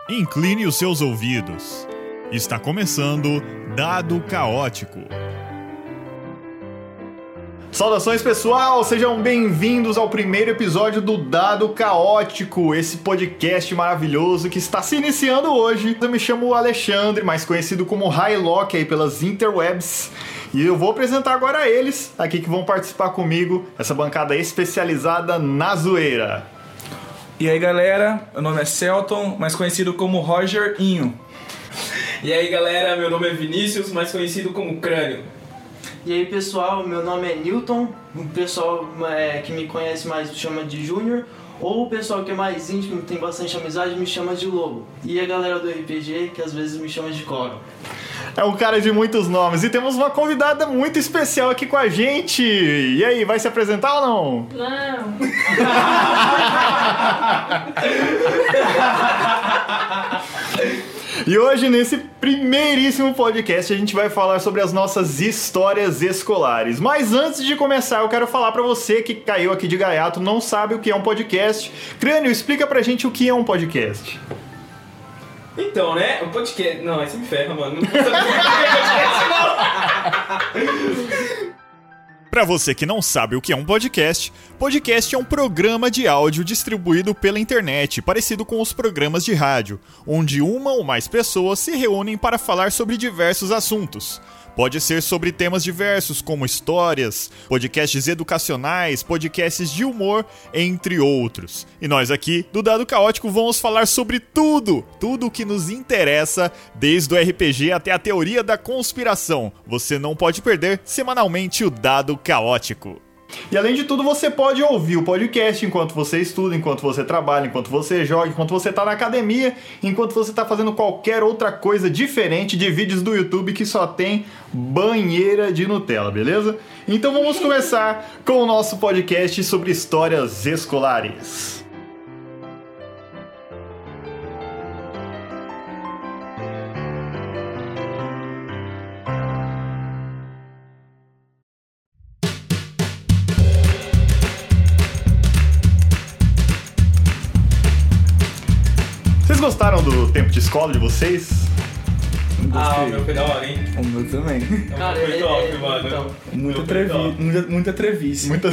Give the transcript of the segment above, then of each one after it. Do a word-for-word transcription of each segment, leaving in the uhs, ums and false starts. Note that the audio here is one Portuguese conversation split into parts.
Incline os seus ouvidos. Está começando Dado Caótico. Saudações, pessoal! Sejam bem-vindos ao primeiro episódio do Dado Caótico, esse podcast maravilhoso que está se iniciando hoje. Eu me chamo Alexandre, mais conhecido como Highlock aí pelas interwebs, e eu vou apresentar agora eles aqui que vão participar comigo, essa bancada especializada na zoeira. E aí, galera, meu nome é Celton, mais conhecido como Roger Inho. E aí, galera, meu nome é Vinícius, mais conhecido como Crânio. E aí, pessoal, meu nome é Newton, o pessoal é, que me conhece mais me chama de Júnior, ou o pessoal que é mais íntimo, tem bastante amizade, me chama de Lobo. E a galera do R P G, que às vezes me chama de Coro. É um cara de muitos nomes. E temos uma convidada muito especial aqui com a gente. E aí, vai se apresentar ou não? Não. E hoje, nesse primeiríssimo podcast, a gente vai falar sobre as nossas histórias escolares. Mas antes de começar, eu quero falar pra você que caiu aqui de gaiato, não sabe o que é um podcast. Crânio, explica pra gente o que é um podcast. Então, né, o podcast... Não, aí você me ferra, mano. Não sabe o que é podcast, não. Para você que não sabe o que é um podcast, podcast é um programa de áudio distribuído pela internet, parecido com os programas de rádio, onde uma ou mais pessoas se reúnem para falar sobre diversos assuntos. Pode ser sobre temas diversos, como histórias, podcasts educacionais, podcasts de humor, entre outros. E nós aqui, do Dado Caótico, vamos falar sobre tudo, tudo o que nos interessa, desde o R P G até a teoria da conspiração. Você não pode perder semanalmente o Dado Caótico. E além de tudo, você pode ouvir o podcast enquanto você estuda, enquanto você trabalha, enquanto você joga, enquanto você tá na academia, enquanto você tá fazendo qualquer outra coisa diferente de vídeos do YouTube que só tem banheira de Nutella, beleza? Então vamos começar com o nosso podcast sobre histórias escolares. Vocês gostaram do tempo de escola de vocês? Ah, o meu foi da hora, hein? O meu também. Cara, foi é, top, é, mano. então, Muita, Meu trevi... foi top. muita, muita trevice. Muitas...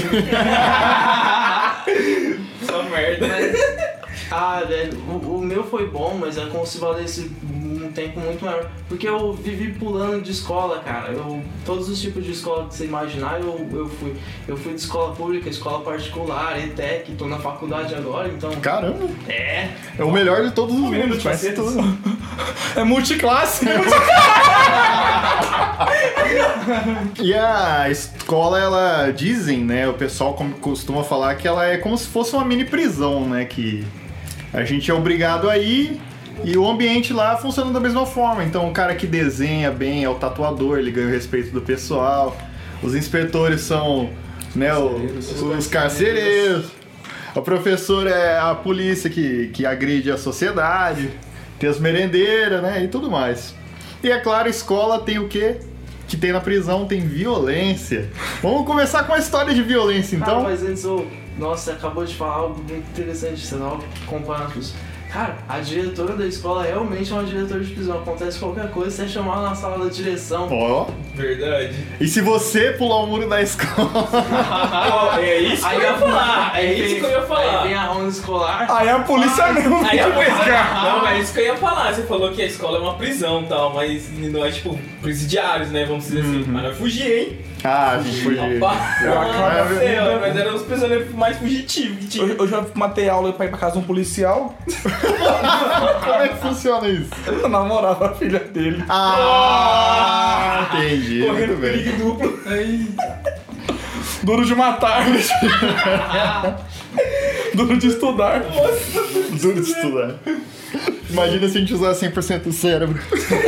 Só merda. mas, ah, velho, o, o meu foi bom, mas é como se valesse um tempo muito maior. Porque eu vivi pulando de escola, cara. Eu, todos os tipos de escola que você imaginar, eu, eu fui. Eu fui de escola pública, escola particular, E T E C, tô na faculdade agora, então... Caramba! É! É o melhor de todos os mundos, Faz faz tudo. É multiclasse. E a escola, ela dizem, né, o pessoal como costuma falar que ela é como se fosse uma mini prisão, né, que a gente é obrigado a ir e o ambiente lá funciona da mesma forma. Então o cara que desenha bem é o tatuador, ele ganha o respeito do pessoal. Os inspetores são, né, os, os carcereiros. A professora é a polícia que, que agride a sociedade. Tem as merendeiras, né, e tudo mais. E é claro, a escola tem o quê? Que tem na prisão, tem violência. Vamos começar com a história de violência, então? Cara, mas antes eu... Nossa, você acabou de falar algo muito interessante, você tava comparando isso. Cara, a diretora da escola realmente é uma diretora de prisão. Acontece qualquer coisa, você é chamado na sala da direção. Ó. Verdade. E se você pular o muro da escola? Ah, é isso que eu ia falar. É isso que eu ia Aí falar. vem a ronda escolar. Aí a polícia mesmo. Aí a coisa... Não, mas é isso que eu ia falar. Você falou que a escola é uma prisão e tal, mas nós, tipo, presidiários, né? Vamos dizer assim. Mas nós fugir, hein? Ah, gente, foi de... Rapaz, céu, mas eram os prisioneiros mais fugitivos que tinha. Eu, eu já matei aula pra ir pra casa de um policial. Como é que funciona isso? Eu namorava a filha dele. Ah, entendi. Correndo Muito bem. perigo duplo. Aí. Duro de matar. Duro de estudar. Duro de estudar. Imagina se a gente usar cem por cento do cérebro.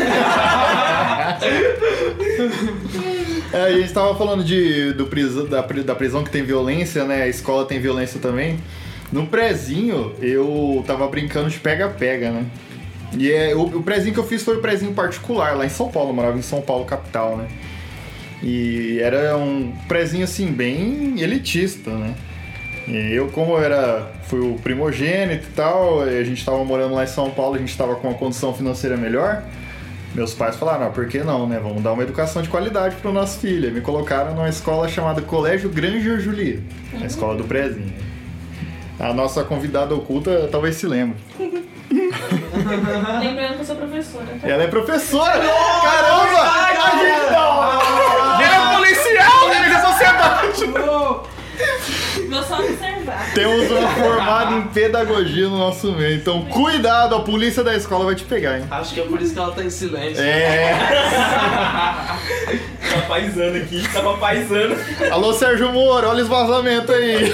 É, a gente tava falando de, do prisão, da, da prisão que tem violência, né? A escola tem violência também. No prezinho, eu tava brincando de pega-pega, né? E é, o, o prezinho que eu fiz foi o prezinho particular, lá em São Paulo. Eu morava em São Paulo, capital, né? E era um prezinho, assim, bem elitista, né? E eu, como eu era, fui o primogênito e tal, a gente tava morando lá em São Paulo, a gente tava com uma condição financeira melhor. Meus pais falaram, não, por que não, né? Vamos dar uma educação de qualidade pro nosso filho. E me colocaram numa escola chamada Colégio Granger Julieta, a escola do Prezinho. A nossa convidada oculta talvez se lembre. Lembrando que eu sou professora. Tá? Ela é professora! Caramba! A gente não! Ele é policial, ele é sociedade! Vou só observar. Temos uma formada em pedagogia no nosso meio. Então, cuidado, a polícia da escola vai te pegar, hein? Acho que é por isso que ela tá em silêncio. É. Tá paisando aqui, tava paisando. Alô, Sérgio Moro, olha os vazamentos aí.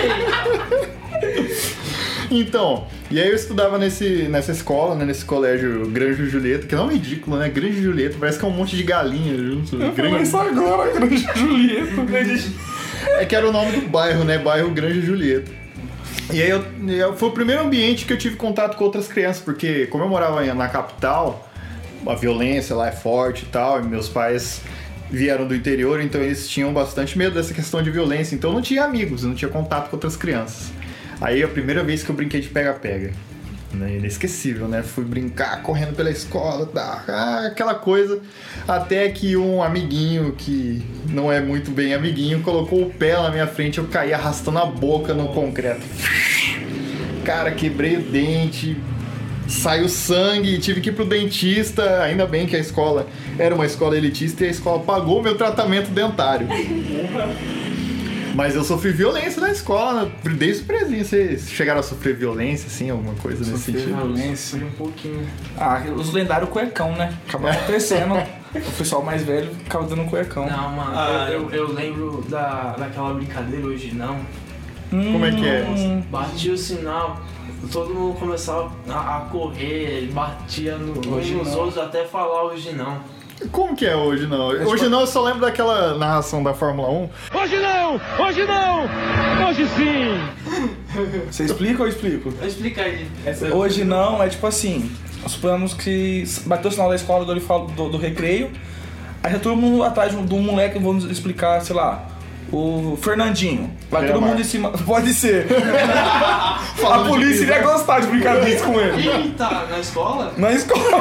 Então, e aí eu estudava nesse, nessa escola, né, nesse colégio Granja Julieta, que é um ridículo, né? Granja Julieta, parece que é um monte de galinha junto. Eu falei isso agora, Granja Julieta. É que era o nome do bairro, né? Bairro Granja Julieta. E aí eu, eu, foi o primeiro ambiente que eu tive contato com outras crianças, porque como eu morava na capital, a violência lá é forte e tal, e meus pais vieram do interior, então eles tinham bastante medo dessa questão de violência, então eu não tinha amigos, eu não tinha contato com outras crianças. Aí a primeira vez que eu brinquei de pega-pega, né, inesquecível, né? Fui brincar correndo pela escola, tá, ah, aquela coisa, até que um amiguinho que não é muito bem amiguinho colocou o pé na minha frente, eu caí arrastando a boca no concreto. Cara, quebrei o dente, saiu sangue, tive que ir pro dentista. Ainda bem que a escola era uma escola elitista e a escola pagou meu tratamento dentário. Mas eu sofri violência na escola, desde o prezinho. Vocês chegaram a sofrer violência, assim, alguma coisa nesse Sofrer sentido? violência. Um pouquinho. Ah, os lendários cuecão, né? Acaba acontecendo. O pessoal mais velho ficava dando cuecão. Não, mano, Ah, eu, eu, eu lembro da, daquela brincadeira hoje não. Hum, Como é que é? Batia o sinal, todo mundo começava a, a correr, batia no, Hoje uns nos não. outros até falar hoje não. Como que é hoje não? Hoje não, eu só lembro daquela narração da Fórmula um. Hoje não! Hoje não! Hoje sim! Você explica ou eu explico? Explica aí. Essa Hoje não, é tipo assim, suponhamos que bateu o sinal da escola do, do, do recreio, aí tá todo mundo atrás de um, de um moleque, vamos explicar, sei lá, o Fernandinho. Vai todo Beira-Mar. mundo em cima, pode ser. A polícia iria gostar de brincar disso com ele. Quem tá na escola? Na escola.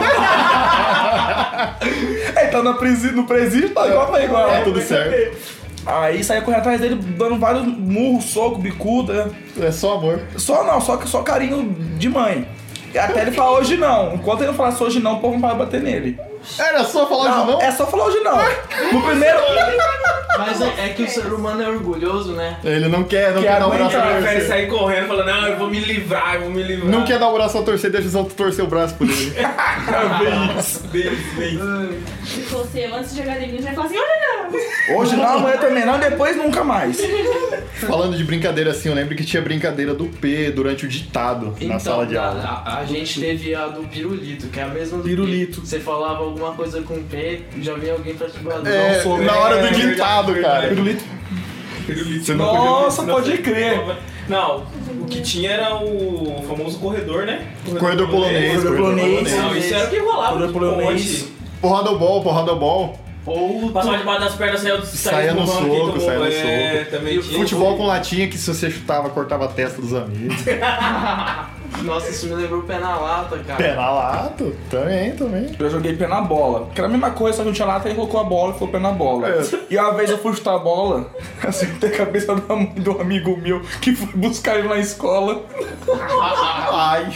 Ele tá no presídio, no presídio, tá igual pra igual. Tá tudo certo. Aí saía correndo atrás dele, dando vários murros, soco, bicuda. É só amor. Só não, só, só carinho de mãe. E até ele falar hoje não. Enquanto ele não falasse hoje não, o povo não vai bater nele. Era só falar de não? É só falar hoje não. No primeiro. Mas é, é que o ser humano é orgulhoso, né? Ele não quer, não Quer quer dar o braço a aguentar, prefere torcer. sair correndo falando, não, eu vou me livrar, eu vou me livrar. Não quer dar o braço a torcer, deixa os outros torcer o braço por ele. Bem isso, bem isso, bem isso. Se fosse eu, antes de jogar de mim, já ia falar assim, olha não! Hoje não, amanhã também não, depois nunca mais. Falando de brincadeira assim, eu lembro que tinha brincadeira do P durante o ditado na Então, sala de aula. A, a gente teve a do pirulito, que é a mesma do Pirulito. P. Você falava alguma coisa com P, já vinha alguém pra te bater. É, sou- na hora do é, ditado, verdade, cara. verdade. Pirulito. Pirulito. Você não Nossa, Não pode sei. crer. Não, o que tinha era o famoso corredor, né? Corredor polonês. Corredor polonês. Não, isso era o que rolava. Corredor tipo, polonês. onde Porrada bol, porrada bol. Ou passava debaixo das pernas, saia, Saia no empurrando aqui, soco, tomou- saia no é, soco. Também tinha. Futebol com latinha que se você chutava, cortava a testa dos amigos. Nossa, isso me lembrou pé na lata, cara. Pé na lata, também, também. Eu joguei pé na bola. Que era a mesma coisa, só que não tinha lata, ele colocou a bola e ficou pé na bola. É. E uma vez eu fui chutar a bola, acertei a cabeça da mãe de um amigo meu que foi buscar ele na escola. Ai.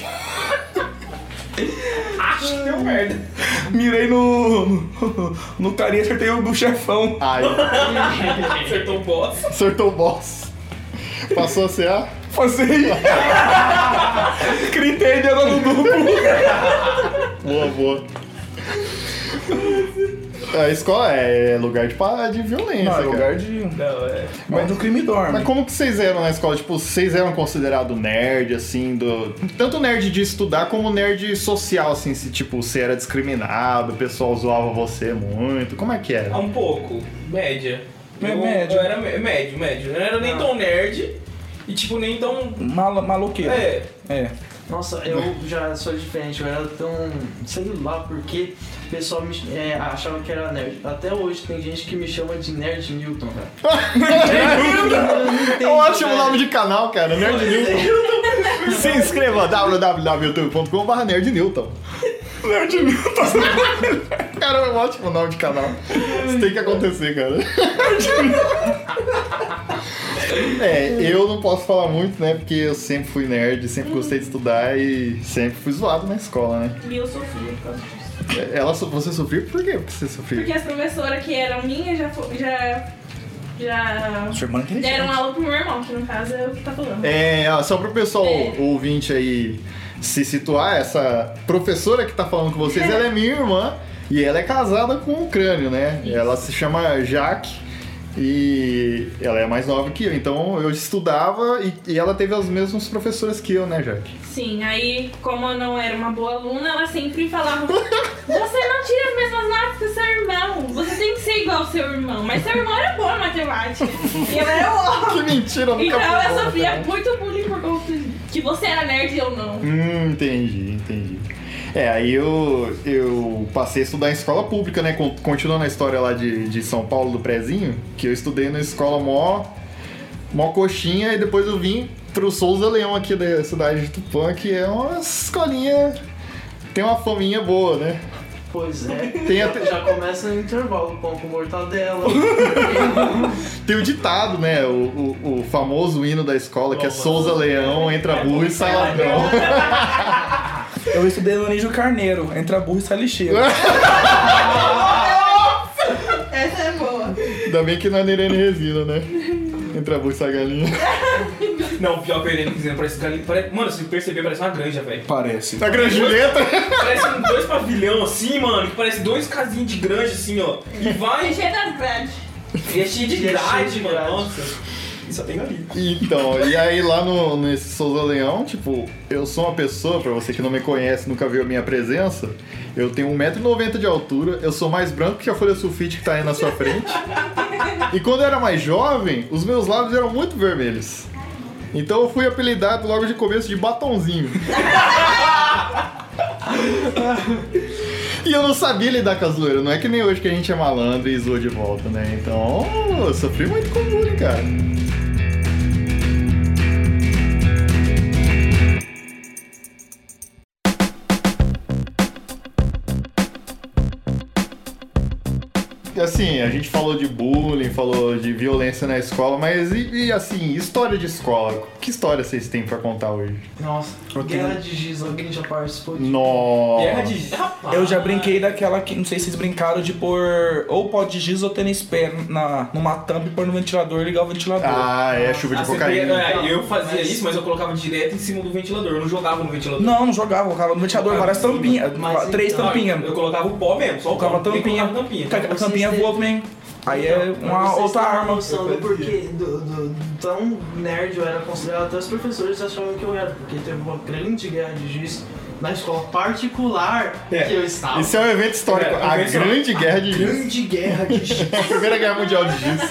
Acho que deu merda. Mirei no. no, no carinha, acertei o do chefão. Ai. Acertou o boss. Acertou o boss. Passou a ser a... Passei. Gritei dentro no duplo. Boa, boa. A escola é lugar de, pa- de violência, Não, é cara. lugar de. Não, é. Mas o crime dorme. Mas como que vocês eram na escola? Tipo, vocês eram considerados nerd, assim, do... Tanto nerd de estudar como nerd social, assim, se, tipo, você era discriminado, o pessoal zoava você muito. Como é que era? Um pouco. Média. É eu, médio. Eu era me- médio, médio. Eu não era nem tão nerd e, tipo, nem tão... Mal, maloqueiro. É. É. Nossa, eu já sou diferente, eu era tão. sei lá porque o pessoal me, é, achava que era nerd. Até hoje tem gente que me chama de Nerd Newton, velho. É um ótimo nome de canal, cara, Nerd Newton. Se inscreva w w w ponto youtube ponto com barra Nerd Newton. Nerd Newton. Cara, é um ótimo nome de canal. Isso tem que acontecer, cara. É, eu não posso falar muito, né? Porque eu sempre fui nerd, sempre gostei de estudar e sempre fui zoado na escola, né? E eu sofria por causa disso. Ela, você sofreu? Por quê? Porque você sofreu? Porque as professoras que eram minhas já, fo- já, já Sua irmã é inteligente. deram aula pro meu irmão, que no caso é o que tá falando. É, ó, só pro pessoal É. ouvinte aí se situar, essa professora que tá falando com vocês, ela é minha irmã e ela é casada com um crânio, né? Isso. Ela se chama Jaque e ela é mais nova que eu, então eu estudava e, e ela teve as mesmas professoras que eu, né, Jaque? Sim, aí como eu não era uma boa aluna, ela sempre falava: você não tira as mesmas notas que o seu irmão, você tem que ser igual ao seu irmão. Mas seu irmão era bom em matemática e eu era ó. Que mentira, eu nunca Então fui eu bom, sofria cara. muito bullying por conta que você era nerd e eu não. Hum, entendi, entendi. É, aí eu, eu passei a estudar em escola pública, né? Con- Continuando a história lá de, de São Paulo, do Prezinho, que eu estudei na escola mó, mó coxinha, e depois eu vim pro Souza Leão aqui da cidade de Tupã, que é uma escolinha, tem uma faminha boa, né? Pois é. Tem até- Já começa no intervalo, pão com mortadela. Tem o ditado, né? O, o, o famoso hino da escola, que é Souza Leão, entra burro e sai ladrão. Eu estudei no Anísio Carneiro, entra burro e sai lixeiro. Essa é boa. Ainda bem que não é Nirene Resina, né? Entra burro e sai galinha. Não, pior que o Irene dizendo, parece galinha. Pare... Mano, se perceber, parece uma granja, velho. Parece. A grande Julieta. Parece um dois pavilhão assim, mano, que parece dois casinhos de granja assim, ó. E vai. Cheio das grades. E é cheio de E é cheio grade, de mano. grade. Nossa. E só tem galinha. Então, e aí lá no, nesse Souza Leão, tipo, eu sou uma pessoa, pra você que não me conhece, nunca viu a minha presença, eu tenho um metro e noventa de altura, eu sou mais branco que a folha sulfite que tá aí na sua frente. E quando eu era mais jovem, os meus lábios eram muito vermelhos. Então eu fui apelidado logo de começo de batonzinho. E eu não sabia lidar com a zoeira, não é que nem hoje que a gente é malandro e zoa de volta, né? Então, eu sofri muito com bullying, cara. Assim, a gente falou de bullying, falou de violência na escola, mas e, e, assim, história de escola? Que história vocês têm pra contar hoje? Nossa, Eu tenho- Guerra de Giz, alguém já participou de... Nossa! Guerra de. Rapaz. Eu já brinquei daquela que, não sei se vocês brincaram, de pôr ou pó de giz ou tênis pé na, numa tampa e pôr no ventilador e ligar o ventilador. Ah, é chuva de Ah, você cocaína. pega- é, eu fazia Mas- isso, mas eu colocava direto em cima do ventilador. Eu não jogava no ventilador. Não, não jogava, colocava no ventilador várias tampinhas, Mas três então- tampinhas. Eu colocava o pó mesmo, só o Colocava pó. Nem tampinha, colocava tampinha. a Vocês tampinha têm- voa também. Aí é Então, pra uma vocês outra terem arma. noção do porquê do, do, tão nerd eu era considerado, até os professores achavam que eu era, porque teve uma grande guerra de giz na escola particular É. que eu estava. Isso é um evento histórico, É, um a evento histórico. Grande Guerra de Giz. Grande guerra de giz. A Primeira Guerra Mundial de Giz.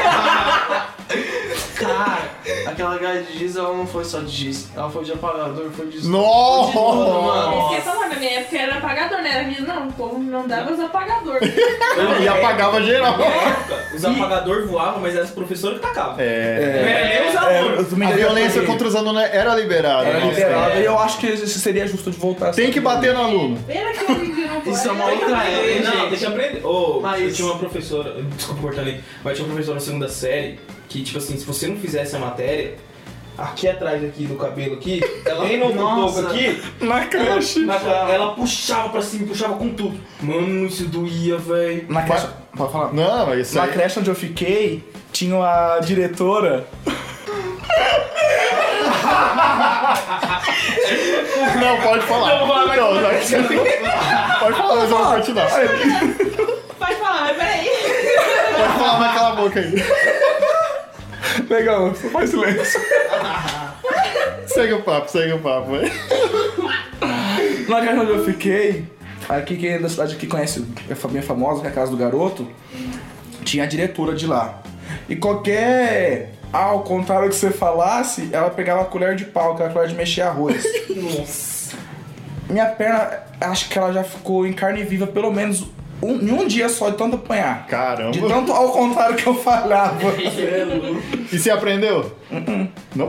Cara, aquela guerra de giz ela não foi só de giz, ela foi de apagador, foi de Nossa! foi de tudo, mano. Eu esqueci falar, na minha época era apagador, né? Era giz, não, o povo não dava os apagadores. E apagava geral. Na minha época, os apagadores voavam, mas era os professores que tacavam. É. Não era nem os É, alunos. eu também A já violência apanhei. contra os alunos era liberada. Era nossa. liberada e eu acho que isso seria justo de voltar. Tem que bater no aluno. Pena que hoje em dia não pode. Isso é uma Tem que outra aprender, era, não, gente. deixa eu aprender. Ô, Mas- eu tinha uma professora, desculpa cortar ali, mas tinha uma professora na segunda série que, tipo assim, se você não fizesse a matéria, aqui atrás aqui do cabelo aqui, ela nem no Nossa. pouco aqui, Na creche. na- ela puxava pra cima, puxava com tudo. Mano, isso doía, velho. Na creche. Pode falar? Não, mas isso Na aí... creche onde eu fiquei, tinha uma diretora. Não, pode falar. Não, vai, vai, Não, vai. não. Pode falar, mas eu vou continuar. Pode falar, mas peraí. Pode falar, mas cala a boca aí. Legal, só faz silêncio. Segue o papo, segue o papo, vai. Na casa onde eu fiquei, aqui quem é da cidade que conhece, é bem famosa, que é a Casa do Garoto, tinha a diretora de lá. E qualquer ao contrário que você falasse, ela pegava a colher de pau, que era a colher de mexer arroz. Nossa. Minha perna, acho que ela já ficou em carne viva pelo menos um, em um dia só de tanto apanhar. Caramba. De tanto ao contrário que eu falhava. E você aprendeu? Uh-uh. Não?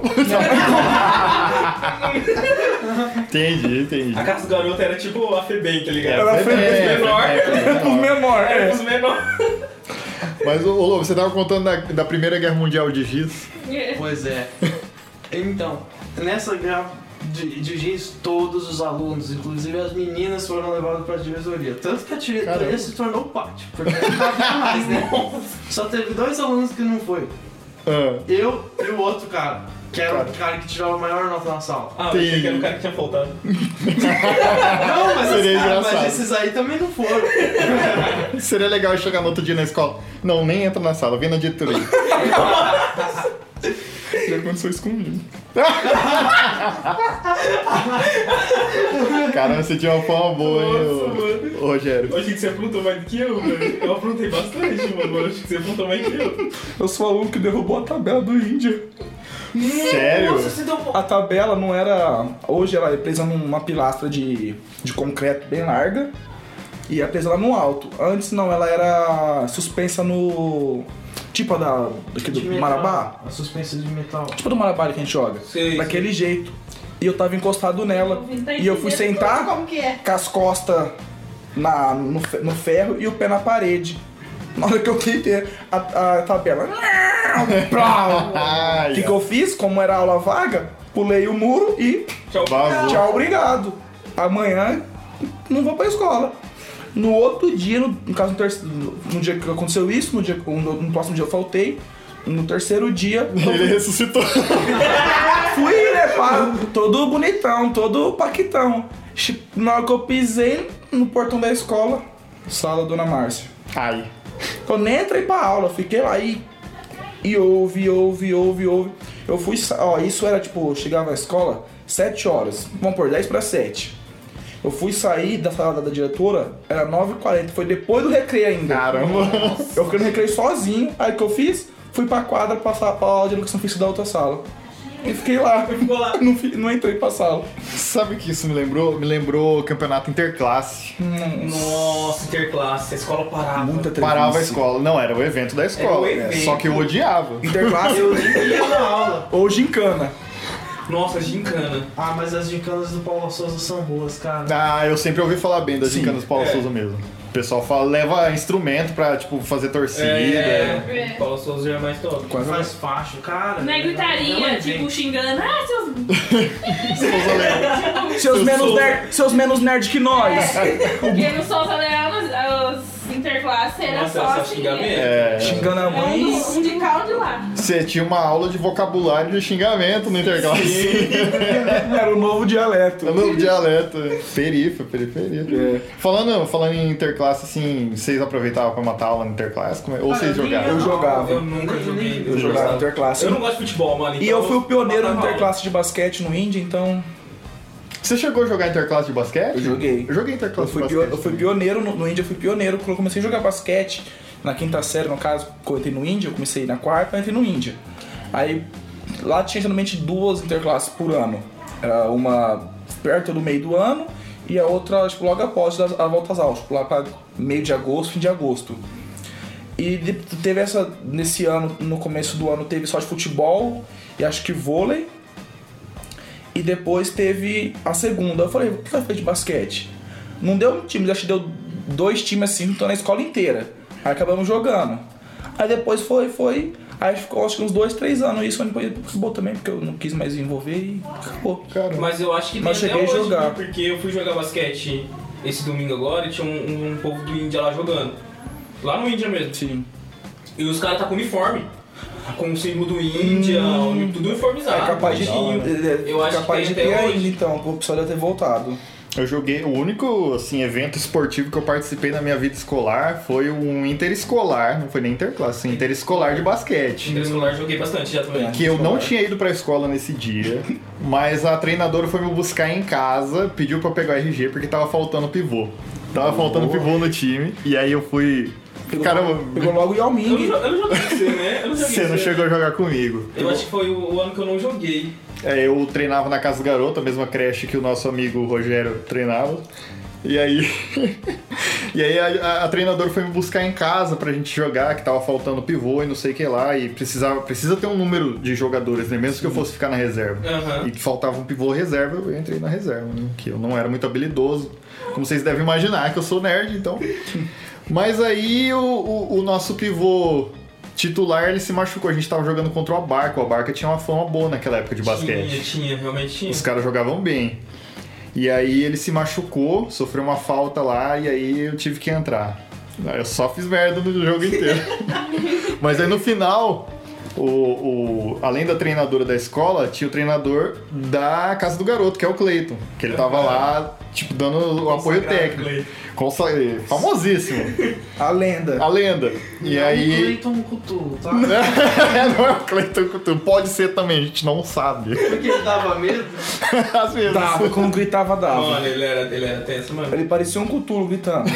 Entendi, entendi. A casa do garoto era tipo a Febem, tá ligado? Era Febem, Febem, menor. Febem, Os menores. Era É. os menores. Mas, ô Lobo, você tava contando da, da Primeira Guerra Mundial de Giz. Pois é. Então, nessa guerra de, de giz, todos os alunos, inclusive as meninas, foram levados pra diretoria. Tanto que a diretoria Caramba. se tornou pátio. Porque não cabia mais, né? Só teve dois alunos que não foi. Ah, Eu e o outro cara. Que era o cara que tirava a maior nota na sala. Ah, eu achei que era o cara que tinha faltado. Não, mas, Seria esses, ah, engraçado. mas esses aí também não foram. seria legal chegar no outro dia na escola. Não, nem entra na sala, vem na diretoria. Já aconteceu isso comigo. Caramba, você tinha uma fama boa, hein, Nossa, ô- mano. ô Rogério. Eu achei que você aprontou mais do que eu, velho. Eu aprontei bastante, mano. Eu achei que você aprontou mais que eu. Eu sou o aluno que derrubou a tabela do Índia. Sério? Nossa, você deu A tabela não era... Hoje ela é presa numa pilastra de, de concreto bem larga e é presa lá no alto. Antes não, ela era suspensa no... Tipo a da, daqui do de metal. Marabá. A suspensão de metal. Tipo do Marabá que a gente joga. Sei, Daquele jeito. E eu tava encostado nela. E eu fui sentar Como que é? com as costas na, no, fe- no ferro e o pé na parede. Na hora que eu quitei a, a tabela. Ai, O que, que eu fiz? Como era aula vaga, pulei o muro e Tchau. Vazou. tchau, obrigado. Amanhã não vou pra escola. No outro dia, no, no caso, no, terceiro, no dia que aconteceu isso, no, dia, no, no próximo dia eu faltei. No terceiro dia, Ele ressuscitou. fui, né, pá, todo bonitão, todo paquitão. Chi- Na hora que eu pisei no portão da escola, sala Dona Márcia. Ai. Eu nem entrei pra aula, fiquei lá e. E ouve, ouve, ouve, ouve. Eu fui. sa- Ó, isso era tipo, eu chegava à escola sete horas. Vamos por dez para sete. Eu fui sair da sala da diretora, era nove e quarenta. Foi depois do recreio ainda. Caramba. Eu fiquei no recreio sozinho. Aí o que eu fiz? Fui pra quadra passar pra aula de educação física da outra sala. E fiquei lá. Ficou lá. Não, fi- não entrei pra sala. Sabe o que isso me lembrou? Me lembrou campeonato interclasse. Nossa, interclasse. A escola parava. Muita trevice. Parava a escola. Não, era o evento da escola. Era o evento. Só que eu odiava. Interclasse Eu nem ia na aula. ou gincana. Nossa, gincana. Ah, mas as gincanas do Paulo Souza são boas, cara. Ah, eu sempre ouvi falar bem das Sim. gincanas do Paulo É. Souza mesmo. O pessoal fala, leva instrumento pra, tipo, fazer torcida. É, Paulo Souza já é mais top. Quase Faz facho, cara. Não é Não gritaria, é tipo, bem. xingando. Ah, seus. Seus Eu menos, sou- nerd, seus menos nerd que nós. Porque no Souza Leão, os, os interclasses era Nossa, só essa assim. xingamento. É. Xingando a É um, mãe. um de cá, um de lá. Você tinha uma aula de vocabulário de xingamento no interclasse. Era o novo dialeto. É o novo dialeto. Perifa, periferia. É. Falando, falando em interclasse, assim, vocês aproveitavam pra matar aula no interclasse? Como é? Ou Ah, vocês eu nem jogavam? Eu jogava. Eu nunca Nem- joguei. nem- Eu jogava no interclasse. Eu não gosto de futebol, mano. E então eu fui o pioneiro no matava interclasse de basquete no Índia, então Você chegou a jogar interclasse de basquete? eu joguei. Eu joguei Eu interclasse fui, de pio- basquete. eu fui pioneiro no, no Índia, eu fui pioneiro. Quando eu comecei a jogar basquete, na quinta série, no caso, quando eu entrei no Índia, eu comecei na quarta, eu entrei no Índia. Aí lá tinha geralmente duas interclasses por ano. Era uma perto do meio do ano e a outra, tipo, logo após das- a volta às aulas, tipo, lá pra meio de agosto, fim de agosto. E de- teve essa, nesse ano, no começo do ano, teve só de futebol e acho que vôlei. E depois teve a segunda. Eu falei, o que vai fazer de basquete? Não deu um time, acho que deu dois times assim, então na escola inteira. Aí acabamos jogando. Aí depois foi, foi. Aí ficou acho que uns dois, três anos isso, aí depois acabou também, porque eu não quis mais envolver e acabou. Cara, Mas eu acho que Mas tem cheguei até a hoje, jogar. viu? Porque eu fui jogar basquete esse domingo agora e tinha um, um povo do Índia lá jogando. Lá no Índia mesmo. Sim. E os caras tá com uniforme. Com o símbolo do Índia, uni- tudo uniformizado. É capaz de, bonitinho. é, Eu acho capaz que de tem ter até ainda, hoje. então. O pessoal deve ter voltado. eu joguei. O único assim, evento esportivo que eu participei na minha vida escolar foi um interescolar, não foi nem interclasse, um interescolar de basquete. Interescolar joguei bastante já também. Que eu não tinha ido pra escola nesse dia, mas a treinadora foi me buscar em casa, pediu pra eu pegar o R G porque tava faltando pivô. Tava faltando pivô no time, e aí eu fui Pegou, Caramba, pegou logo o Yao Eu não, Ming. jo- eu não joguei com você, né? Eu não joguei você com não chegou a jogar comigo. Eu acho que foi o, o ano que eu não joguei. É, eu treinava na casa do garoto, a mesma creche que o nosso amigo Rogério treinava. E aí, e aí a, a, a treinadora foi me buscar em casa pra gente jogar, que tava faltando pivô e não sei o que lá. E precisava, precisa ter um número de jogadores, né? Mesmo que eu fosse ficar na reserva. Aham. E que faltava um pivô reserva, eu entrei na reserva, né? Que eu não era muito habilidoso. Como vocês devem imaginar, que eu sou nerd, então... Mas aí o, o, o nosso pivô titular, ele se machucou. A gente tava jogando contra o Abarca. O Abarca tinha uma fama boa naquela época de basquete. Tinha, tinha, realmente tinha. Os caras jogavam bem. E aí ele se machucou, sofreu uma falta lá, e aí eu tive que entrar. Aí eu só fiz merda no jogo inteiro. Mas aí no final, o, o, além da treinadora da escola, tinha o treinador da casa do garoto, que é o Cleiton. Que ele tava lá, tipo, dando o apoio técnico. Consa- famosíssimo. A lenda. A lenda. E Não, aí... Cleiton Coutu, tá? não é o Cleiton Coutinho. Pode ser também, a gente não sabe. Porque ele dava medo. Às vezes. Dava, quando gritava, dava. Mano, ele era, ele era tenso, mano. Ele parecia um Cthulhu gritando.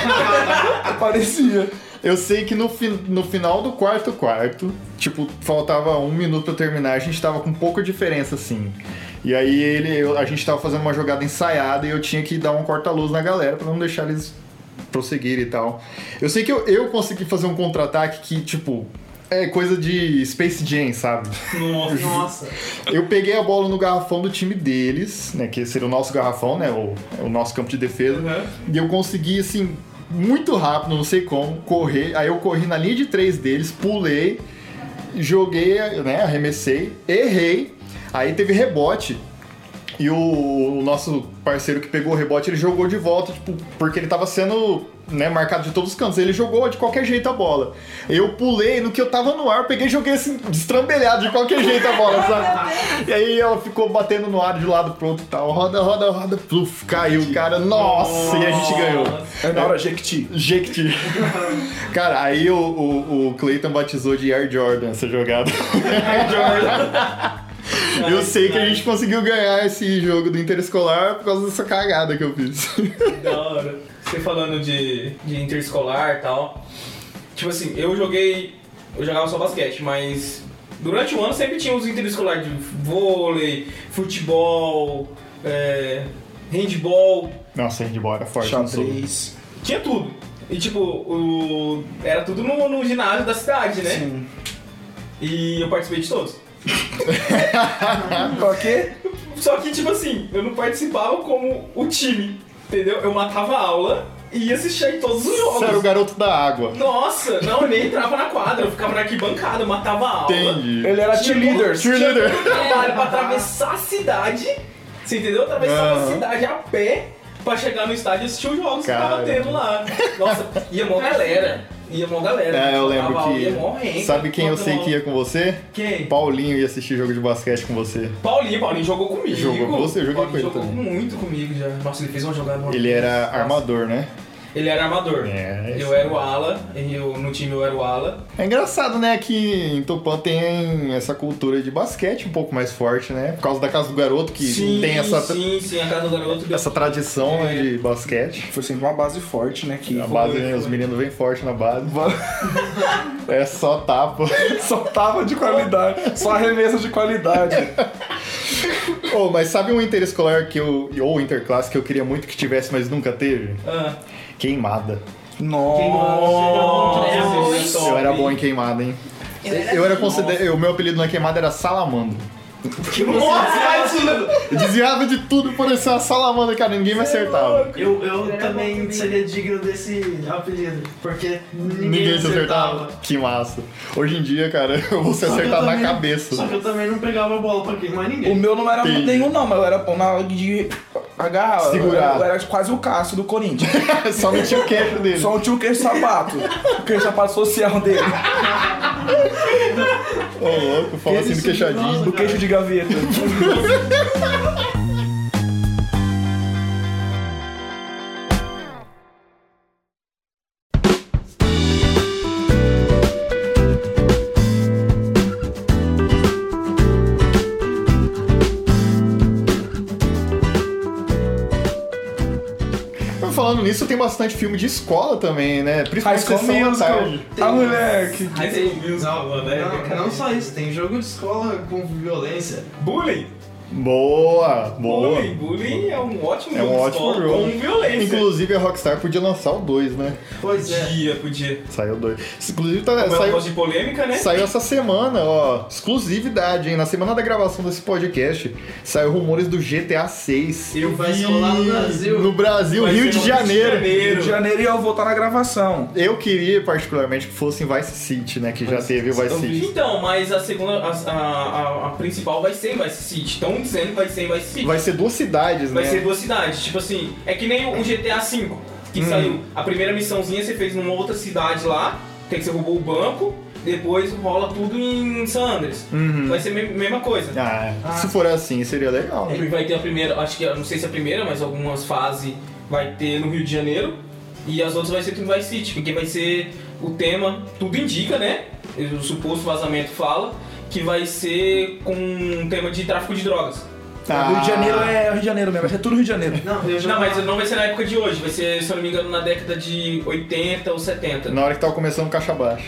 Parecia. Eu sei que no, fi- no final do quarto quarto, tipo, faltava um minuto pra terminar, a gente tava com pouca diferença, assim. E aí ele, eu- a gente tava fazendo uma jogada ensaiada e eu tinha que dar um corta-luz na galera pra não deixar eles prosseguirem e tal. Eu sei que eu, eu consegui fazer um contra-ataque que, tipo, é coisa de Space Jam, sabe? Nossa. Nossa. Eu peguei a bola no garrafão do time deles, né, que seria o nosso garrafão, né, o, o nosso campo de defesa. Uhum. E eu consegui, assim, muito rápido, não sei como, correr. Aí eu corri na linha de três deles, pulei, joguei, né, arremessei, errei. Aí teve rebote. E o, o nosso parceiro que pegou o rebote, ele jogou de volta, tipo, porque ele tava sendo, né, marcado de todos os cantos. Ele jogou de qualquer jeito a bola. Eu pulei, no que eu tava no ar, eu peguei e joguei assim, destrambelhado de qualquer jeito a bola, sabe? E aí ela ficou batendo no ar de um lado pro outro e tal. Roda, roda, roda, pluf, caiu, cara. Nossa, e a gente ganhou. É na hora, Jequiti. Jequiti. Cara, aí o, o, o Cleiton batizou de Air Jordan essa jogada. Air Jordan. Eu sei que a gente conseguiu ganhar esse jogo do Interescolar por causa dessa cagada que eu fiz. Da hora. Você falando de, de interescolar e tal. Tipo assim, eu joguei. Eu jogava só basquete, mas durante o ano sempre tinha os interescolares de vôlei, futebol, é, handball, Nossa, handball era forte. não sou. Xadrez. tinha tudo. E tipo, o, era tudo no, no ginásio da cidade, né? Sim. E eu participei de todos. Por quê? Só que, tipo assim, eu não participava como o time, entendeu? Eu matava a aula e ia assistir todos os jogos. Você era o garoto da água. Nossa, não, eu nem entrava na quadra, eu ficava na arquibancada, eu matava a aula. Entendi. Ele era cheerleader. Cheerleader. Trabalho pra atravessar a cidade, você entendeu? Atravessava Aham. a cidade a pé pra chegar no estádio e assistir os jogos Cara. que tava tendo lá. Nossa, ia mó galera. Ia mó galera. É, eu lembro Tava- ia mó que... renca, Sabe quem eu sei tava- que ia com você? Quem? Paulinho ia assistir jogo de basquete com você. Paulinho, Paulinho jogou comigo. Jogou com você? Eu joguei Paulinho com ele jogou também. muito comigo já. Nossa, ele fez uma jogada. uma Ele vez. era Nossa. armador, né? Ele era armador. É, eu era o ala, e eu, no time eu era o ala. É engraçado, né, que em Tupã tem essa cultura de basquete um pouco mais forte, né? Por causa da Casa do Garoto, que tem essa, Sim, sim, a casa do garoto deu- essa tradição, né, de basquete. Foi sempre uma base forte, né? Que A base, né, os meninos vêm forte na base. É só tapa. só tava de qualidade. Só arremesso de qualidade. Oh, mas sabe um interescolar que eu, ou interclasse que eu queria muito que tivesse, mas nunca teve? Ah, Queimada. Nossa. Nossa. esse é Eu era top. bom em queimada, hein? Eu era considerado. O meu apelido na queimada era Salamandro. Nossa, Eu desviava de tudo por ser uma salamandra, cara, ninguém me acertava. Eu, eu também seria digno desse apelido, porque ninguém, Ninguém me se acertava. Que massa. Hoje em dia, cara, eu vou ser Só que eu acertado na também- cabeça. Só que eu também não pegava a bola pra queimar O ninguém. meu não era Entendi. nenhum, não, mas eu era bom na hora de agarrar. Segurar. Eu era quase o Cássio do Corinthians. Só não tinha o queixo dele. Só não tinha o queixo sapato. O queixo sapato social dele. Ô, louco, fala assim do queixadinho. O queixo de gaveta. Falando nisso, tem bastante filme de escola também, né? High Principalmente School Sessão da Musical. Tarde. Ah, moleque. High School Musical, mano, é Não, brincadeira. não só isso, tem jogo de escola com violência. Bullying. Boa, boa. Bullying. Bullying é um ótimo É um jogo de ótimo escola jogo. com violência. Inclusive a Rockstar podia lançar o dois, né? Pois é. Podia, podia. Saiu o dois. Inclusive tá, Como ela saiu, gosta de polêmica, né? saiu essa semana, ó. Exclusividade, hein? Na semana da gravação desse podcast, saiu rumores do G T A seis. Eu Vai vi. ser lá no Brasil. No Brasil, Vai Rio ser de no Janeiro. Rio de Janeiro e eu vou estar na gravação. Eu queria, particularmente, que fosse em Vice City, né? Que já teve o Vice eu vi. City. Então, mas a segunda, a, a, a, a principal vai ser em Vice City. Estão dizendo que vai ser em Vice City. Vai ser duas cidades, Vai né? ser duas cidades. Tipo assim, é que nem o G T A cinco, que Hum. saiu. A primeira missãozinha você fez numa outra cidade lá, que você roubou o banco, depois rola tudo em San Andreas. Uhum. Vai ser a me- mesma coisa. Ah, se for assim, seria legal. E vai ter a primeira, acho que, não sei se é a primeira, mas algumas fases vai ter no Rio de Janeiro. E as outras vai ser tudo em Vice City, porque vai ser o tema, tudo indica, né? O suposto vazamento fala que vai ser com um tema de tráfico de drogas. Ah. Rio de Janeiro é Rio de Janeiro mesmo, vai ser tudo Rio de Janeiro. Não, eu já Não, tava- mas não vai ser na época de hoje, vai ser, se eu não me engano, na década de oitenta ou setenta. Na hora que tava começando caixa baixa.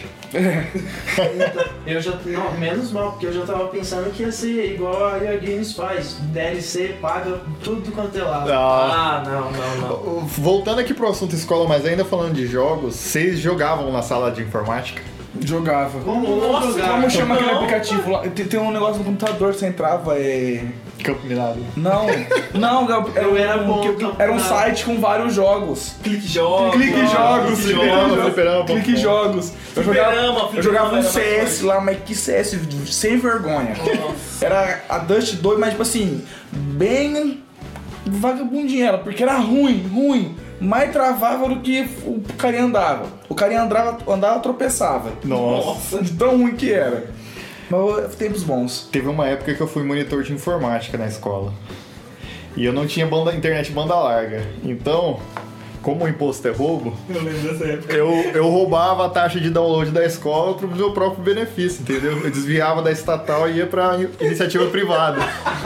Eu já. Não, menos mal, porque eu já tava pensando que ia ser igual a E A Games faz. D L C paga tudo quanto é lado. Ah. Ah, não, não, não. Voltando aqui pro assunto escola, mas ainda falando de jogos, vocês jogavam na sala de informática? Jogava. Como não Nossa, jogar? Como chama aquele Não, aplicativo lá? Tem, tem um negócio no computador que você entrava, é... Campo Minado. Não, não, Gal- era, Eu era um, bom, que- não, era um não. site com vários jogos. Clique jogos. Clique jogos, Clique clique Fliperama, jogos, fliperama, clique fliperama. jogos. Eu Fliperama, jogava, eu fliperama jogava um era C S mais lá, mas que C S sem vergonha. Nossa. Era a Dust dois, mas tipo assim, bem vagabundinha ela, porque era ruim, ruim. Mais travava do que o carinha andava. O carinha andava, andava tropeçava. Nossa. De tão ruim que era. Mas tempos bons. Teve uma época que eu fui monitor de informática na escola. E eu não tinha banda, internet banda larga. Então, como o imposto é roubo, Eu lembro dessa época. eu, eu roubava a taxa de download da escola pro meu próprio benefício, entendeu? Eu desviava da estatal e ia pra iniciativa privada.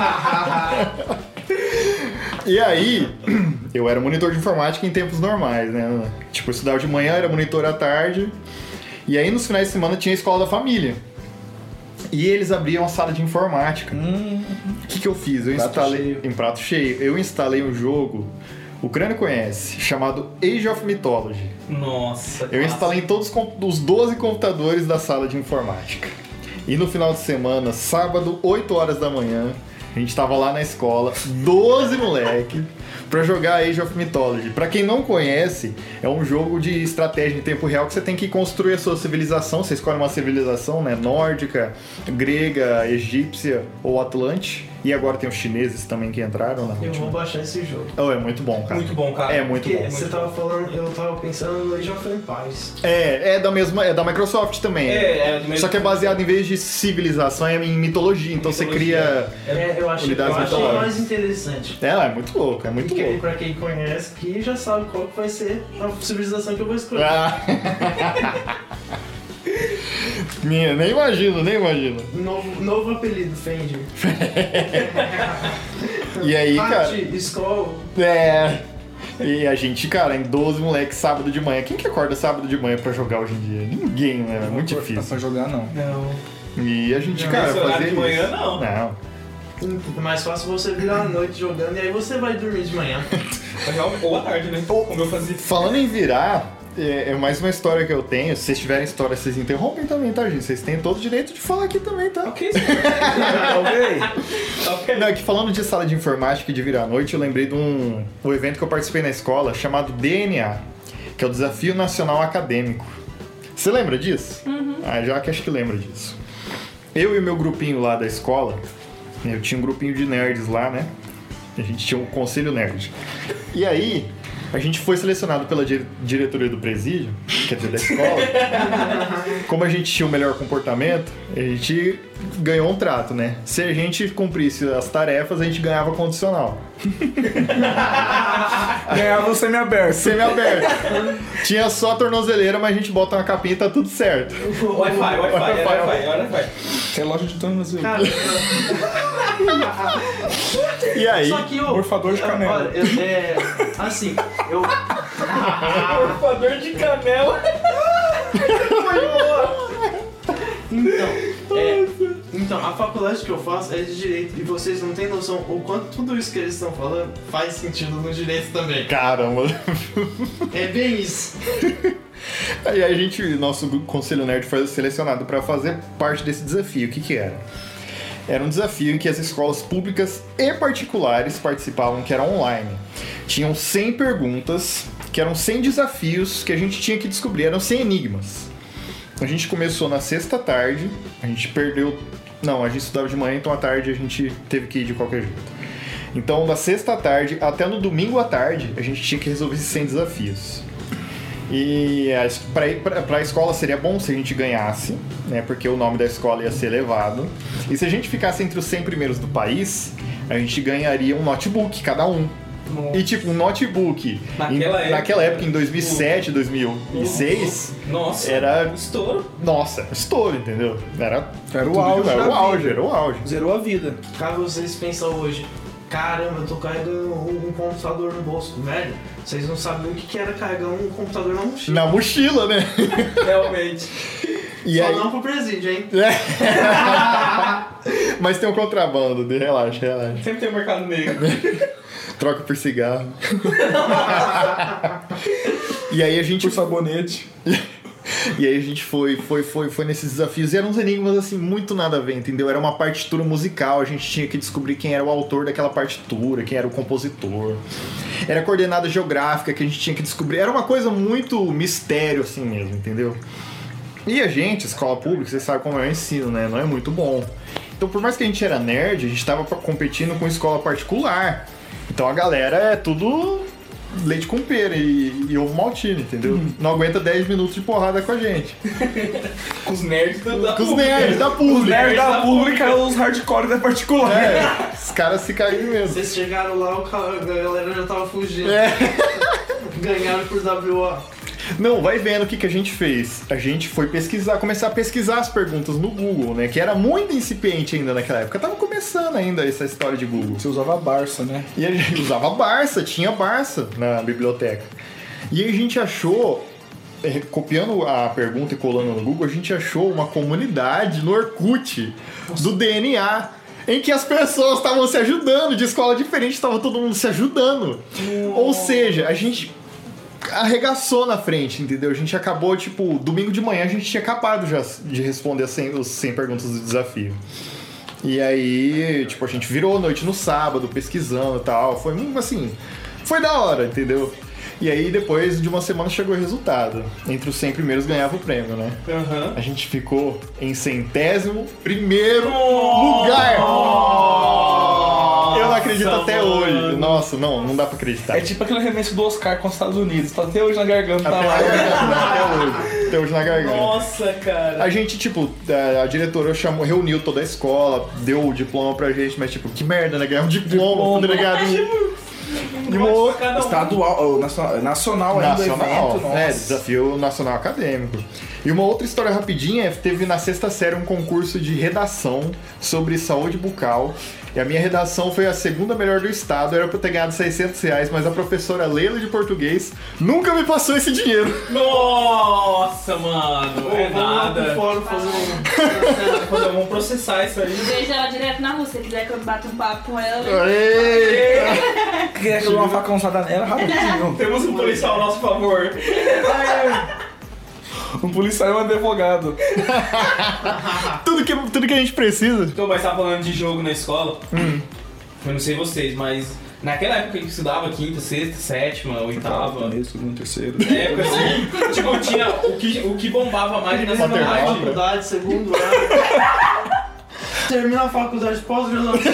E aí, eu era monitor de informática em tempos normais, né? Tipo, eu estudava de manhã, era monitor à tarde. E aí, nos finais de semana, tinha a escola da família. E eles abriam a sala de informática. Hum, O que, que eu fiz? Eu Prato instalei. cheio. Em prato cheio. Eu instalei um jogo, o Crânio conhece, chamado Age of Mythology. Nossa. Eu instalei em todos os com- os doze computadores da sala de informática. E no final de semana, sábado, oito horas da manhã, a gente tava lá na escola, doze moleque, pra jogar Age of Mythology. Pra quem não conhece, é um jogo de estratégia em tempo real que você tem que construir a sua civilização. Você escolhe uma civilização, né, nórdica, grega, egípcia ou atlante. E agora tem os chineses também que entraram na Eu última. vou baixar esse jogo. Oh, é muito bom, cara. Muito bom, cara. É muito Porque bom. você tava falando, eu tava pensando no Age of Empires. É, é da mesma, é da Microsoft também. É, é do mesmo- Só que é baseado em vez de civilização é em mitologia, então você Mitologia. cria. É, eu achei, eu Unidades achei mitológicas. mais interessante. É, é muito louco, é muito Porque louco. pra quem conhece aqui já sabe qual que vai ser a civilização que eu vou escolher. Ah. Minha, nem imagino, nem imagino. Novo, novo apelido, Fendi. E aí, cara. Party, Skull. É. E a gente, cara, em doze moleques sábado de manhã. Quem que acorda sábado de manhã pra jogar hoje em dia? Ninguém, né? É muito Pra difícil. jogar, não. Não. E a gente, Não, cara, esse horário fazia de manhã, isso. não. Não. É mais fácil você virar a noite jogando e aí você vai dormir de manhã. Ou à tarde, né? Como eu fazia. Falando em virar, é, é mais uma história que eu tenho. Se vocês tiverem história, vocês interrompem também, tá, gente? Vocês têm todo o direito de falar aqui também, tá? Ok, sim. Ok? Ok. Não, é que falando de sala de informática e de virar à noite, eu lembrei de um, um evento que eu participei na escola chamado D N A, que é o Desafio Nacional Acadêmico. Você lembra disso? Uhum. Ah, já que acho que lembra disso. Eu e o meu grupinho lá da escola, eu tinha um grupinho de nerds lá, né? A gente tinha um conselho nerd. E aí, a gente foi selecionado pela dire- diretoria do presídio, quer dizer, da escola. Como a gente tinha o melhor comportamento, a gente ganhou um trato, né? Se a gente cumprisse as tarefas, a gente ganhava condicional. Ganhava o semi-aberto. Semi-aberto. Tinha só a tornozeleira, mas a gente bota uma capinha e tá tudo certo. Wi-Fi, Wi-Fi, é Wi-Fi, é Wi-Fi. Relógio de tornozelo. Cara, E aí... só que eu. Morfador de canela. Olha, eu, é, Assim, eu. Morfador de canela. Então, é, então, a faculdade que eu faço é de Direito e vocês não têm noção o quanto tudo isso que eles estão falando faz sentido no Direito também. Caramba. É bem isso. Aí a gente, nosso Conselho Nerd foi selecionado para fazer parte desse desafio. O que que era? Era um desafio em que as escolas públicas e particulares participavam, que era online. Tinham cem perguntas, que eram cem desafios que a gente tinha que descobrir, eram cem enigmas. A gente começou na sexta tarde, a gente perdeu... Não, a gente estudava de manhã, então à tarde a gente teve que ir de qualquer jeito. Então, da sexta à tarde até no domingo à tarde, a gente tinha que resolver esses cem desafios. E para a escola seria bom se a gente ganhasse, né? Porque o nome da escola ia ser elevado. E se a gente ficasse entre os cem primeiros do país, a gente ganharia um notebook, cada um. Nossa. E tipo, um notebook Naquela em, época, naquela época, em dois mil e sete, dois mil e seis, Nossa, era estouro. Nossa, estouro, entendeu? Era, Era o tudo- auge Era da o auge, vida. era o auge. Zerou a vida. Cara, vocês pensam hoje, caramba, eu tô carregando um, um computador no bolso, velho. Vocês não sabem o que que era carregar um computador na mochila. Na mochila, né? Realmente. E Só aí... não pro presídio, hein? Mas tem um contrabando, de- relaxa, relaxa. Sempre tem o mercado negro. Troca por cigarro. E aí a gente... Por sabonete. E aí a gente foi, foi, foi, foi nesses desafios. E eram uns enigmas, assim, muito nada a ver, entendeu? Era uma partitura musical, a gente tinha que descobrir quem era o autor daquela partitura, quem era o compositor. Era coordenada geográfica que a gente tinha que descobrir. Era uma coisa muito mistério, assim mesmo, entendeu? E a gente, escola pública, vocês sabem como é o ensino, né? Não é muito bom. Então, por mais que a gente era nerd, a gente tava competindo com escola particular. Então a galera é tudo leite com pera e, e ovo maltine, entendeu? Não aguenta dez minutos de porrada com a gente. Com os nerds da, da Com os pública. nerds da Os pública. nerds da da pública e os hardcore da particular. É, os caras se caíram mesmo. Vocês chegaram lá, o ca- a galera já tava fugindo. É. Ganharam por W O. Não, vai vendo o que, que a gente fez. A gente foi pesquisar, começar a pesquisar as perguntas no Google, né? Que era muito incipiente ainda naquela época. Tava começando ainda essa história de Google. Você usava Barça, né? E a gente usava Barça, tinha Barça na biblioteca. E aí a gente achou, eh, copiando a pergunta e colando no Google, a gente achou uma comunidade no Orkut do D N A, em que as pessoas estavam se ajudando, de escola diferente, estava todo mundo se ajudando. Ou seja, a gente arregaçou na frente, entendeu? A gente acabou, tipo, domingo de manhã a gente tinha acabado já de responder as cem, os cem perguntas do desafio. E aí, tipo, a gente virou a noite no sábado, pesquisando e tal. Foi, assim, foi da hora, entendeu? E aí, depois de uma semana, chegou o resultado. Entre os cem primeiros ganhava o prêmio, né? Aham. A gente ficou em centésimo primeiro lugar! Eu não acredito até mano. hoje. Nossa, não, não dá pra acreditar. É tipo aquele arremesso do Oscar com os Estados Unidos. Tá até hoje na garganta. Até, Tá lá. até hoje. Até hoje na garganta. Nossa, cara. A gente, tipo, a, a diretora chamou, reuniu toda a escola, deu o diploma pra gente, mas tipo, que merda, né? Ganhar um diploma, tá ligado? E uma outra- Cada um. Estadual, ou nacional, nacional ainda do Nacional, evento. Nossa. é, desafio nacional acadêmico. E uma outra história rapidinha, é, teve na sexta série um concurso de redação sobre saúde bucal. E a minha redação foi a segunda melhor do estado, era pra eu ter ganhado seiscentos reais, mas a professora Leila de português nunca me passou esse dinheiro. Nossa, mano. Pô, é vamos lá nada. pro fórum fazer um... Quando vamos processar isso aí. Vejo ela direto na rua, se quiser que eu bata um papo com ela. eu- Eita! Quer que eu dê uma facãozada nela rapidinho? Temos um policial a nosso favor. Um policial e um advogado. Tudo que, tudo que a gente precisa. Então, mas tá falando de jogo na escola. Eu não sei vocês, mas naquela época que eu estudava quinta, sexta, sétima, oitava. Primeiro, segundo, terceiro. Na época assim, tipo, tinha o que, o que bombava mais na Termina a Maternal. cidade. faculdade, segundo ano. Termina a faculdade, pós-graduação.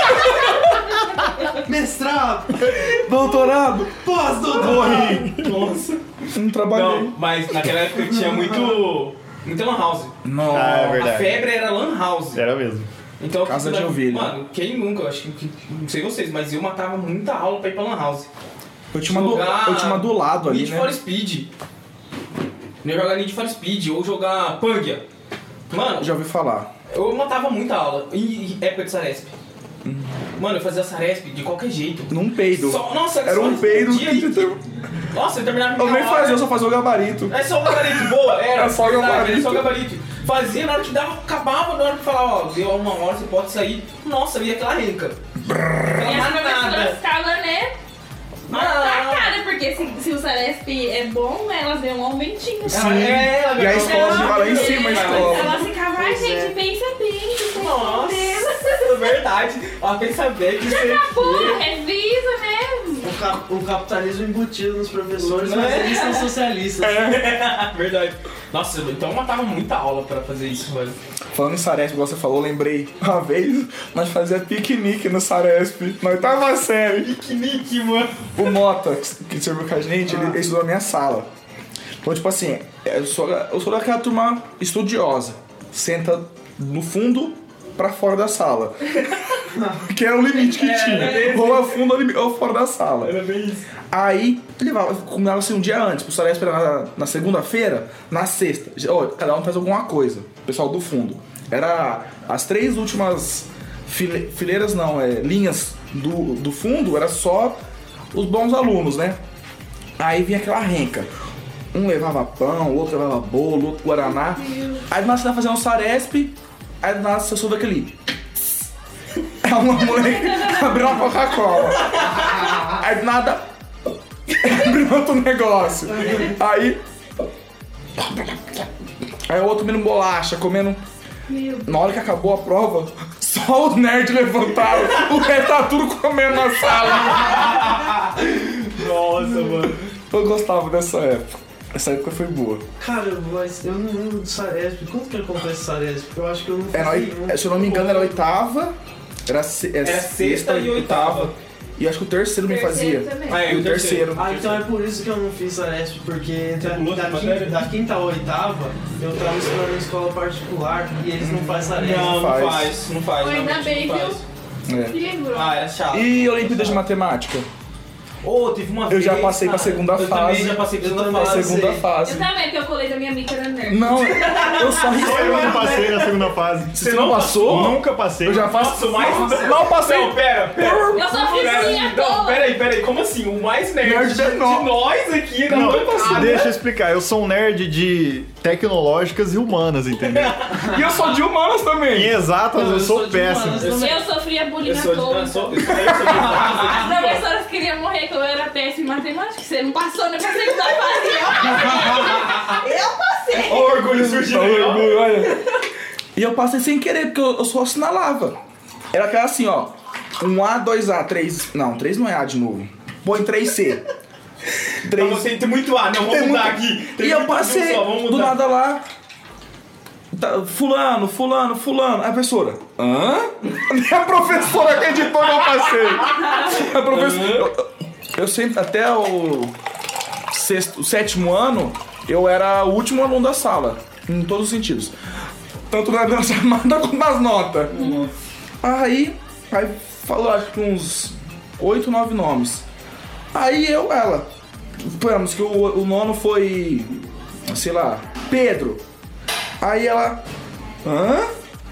Mestrado, Doutorado! pós-doutorado. Nossa. Não trabalhei. Não, mas naquela época tinha muito. Muita lan house. Não. Ah, é A verdade. febre era lan house. Era mesmo. Então, eu Casa fui de estudar- ovelha. Mano, quem nunca? Eu acho que, que- não sei vocês, mas eu matava muita aula pra ir pra lan house. Eu tinha uma do, Jogar eu tinha uma do lado ali, Need né? for Speed. Eu ia jogar Need for Speed ou jogar Pangia. Mano, Já ouvi falar. eu matava muita aula. E, e época de Saresp. Mano, eu fazia Saresp de qualquer jeito. Num peido. Só, nossa, Era só um peido. dia que- Nossa, eu terminava Eu minha nem hora. fazia, eu só fazia o gabarito. É só o gabarito, boa, era. Era só o verdade, gabarito. Era só o gabarito. Fazia, na hora que dava, acabava, na hora que falava, ó, deu uma hora, você pode sair. Nossa, via aquela renca. E as Não professoras nada. ficavam, né? Não. Na cara, porque se, se o Saresp é bom, elas dão um aumentinho. Sim. É, ela E a ganhou. escola de lá em cima, a escola. Ela ficava, ai Pois gente, é. pensa bem, que tá Nossa, entendendo. é verdade. Ó, pensa bem que você... Acabou, revisa, né? O, cap- o capitalismo embutido nos professores, Não mas é? eles são socialistas. Verdade. Nossa, então eu matava muita aula pra fazer isso, velho. Falando em Saresp, igual você falou, lembrei. Uma vez, nós fazíamos piquenique no Saresp, na oitava série. Piquenique, mano. O Mota, que serviu com a gente, ele, ele estudou na minha sala. Então, tipo assim, eu sou, eu sou daquela turma estudiosa. Senta no fundo pra fora da sala. Que era o limite que tinha. Ou a fundo ou limi- ou fora da sala. Era bem isso. Aí, levava, combinava assim um dia antes, pro Saresp era na, na segunda-feira, na sexta. Ó, cada um faz alguma coisa, o pessoal do fundo. Era as três últimas file- fileiras, não, é, linhas do, do fundo, era só os bons alunos, né? Aí vinha aquela renca. Um levava pão, o outro levava bolo, o outro guaraná. Aí do nada você tá fazendo um Saresp, aí do nada você soube aquele... É uma moleque abriu uma Coca-Cola. Aí do nada... abriu outro negócio. Aí... Aí o outro comendo bolacha, comendo... Na hora que acabou a prova, só os nerds levantaram. O resto tá tudo comendo na sala. Nossa, mano. Eu gostava dessa época. Essa época foi boa. Cara, mas eu não lembro do Saresp. Quanto que acontece o Saresp? Eu acho que eu não fiz Era, oi- nenhum. se eu não me engano, era oitava. Era, se- é, Era sexta e oitava. E acho que o terceiro me fazia. Terceiro também. Ah, é, E o terceiro. Ah, então é por isso que eu não fiz Saresp, porque da, pulou da, essa quinta, matéria? da quinta à oitava eu tava estudando em escola particular e eles não fazem Saresp. Não, não faz. faz, não faz. Ainda realmente bem, não viu? faz. É. Me lembrou. Ah, era chato. E Olimpíada de Matemática? Ô, teve uma Eu vez... já passei pra cara, segunda eu fase. também já passei pra Eu segunda também fase. Segunda sei. fase. Eu também, porque eu colei da minha amiga era nerd. Não, eu só risquei. Eu não passei na segunda fase. Você não passou? Nunca passei. Eu já faço. Nossa, o mais... Não passei. Não, pera, pera. Eu sofri Pera, sim à não, toa. pera aí, pera aí. Como assim? O mais nerd, Nerd de, é de nós. nós aqui na Não, bancada. deixa eu explicar. Eu sou um nerd de tecnológicas e humanas, entendeu? E eu sou de humanas Em também. exatas, Não, eu eu sou sou de péssimo. humanas também. Eu sofria bullying Eu à sou de... toa. Eu sou, eu sou, eu sou de As professoras queriam morrer que eu era péssima em matemática. Você não passou nem pra segunda fase. Eu passei. Ó, o orgulho surgindo aí, ó. Orgulho, olha. E eu passei sem querer, porque eu, eu só assinalava. Era aquela assim, ó. Um A, dois A, três. Não, três não é A de novo. Põe três C. Não, três você tem muito A, não, vamos Tem mudar muito- aqui. Tem E eu muito A, passei, viu só, vamos do mudar. nada lá. tá, fulano, fulano, fulano. Aí a professora. Hã? Nem a professora acreditou que eu passei. A professora. Eu, eu sempre, até o, sexto, o sétimo ano, eu era o último aluno da sala. Em todos os sentidos. Tanto na na chamada quanto nas notas. Aí, aí falou acho que uns oito, nove nomes. Aí eu, ela. Digamos que o, o nono foi, sei lá, Pedro. Aí ela. Hã?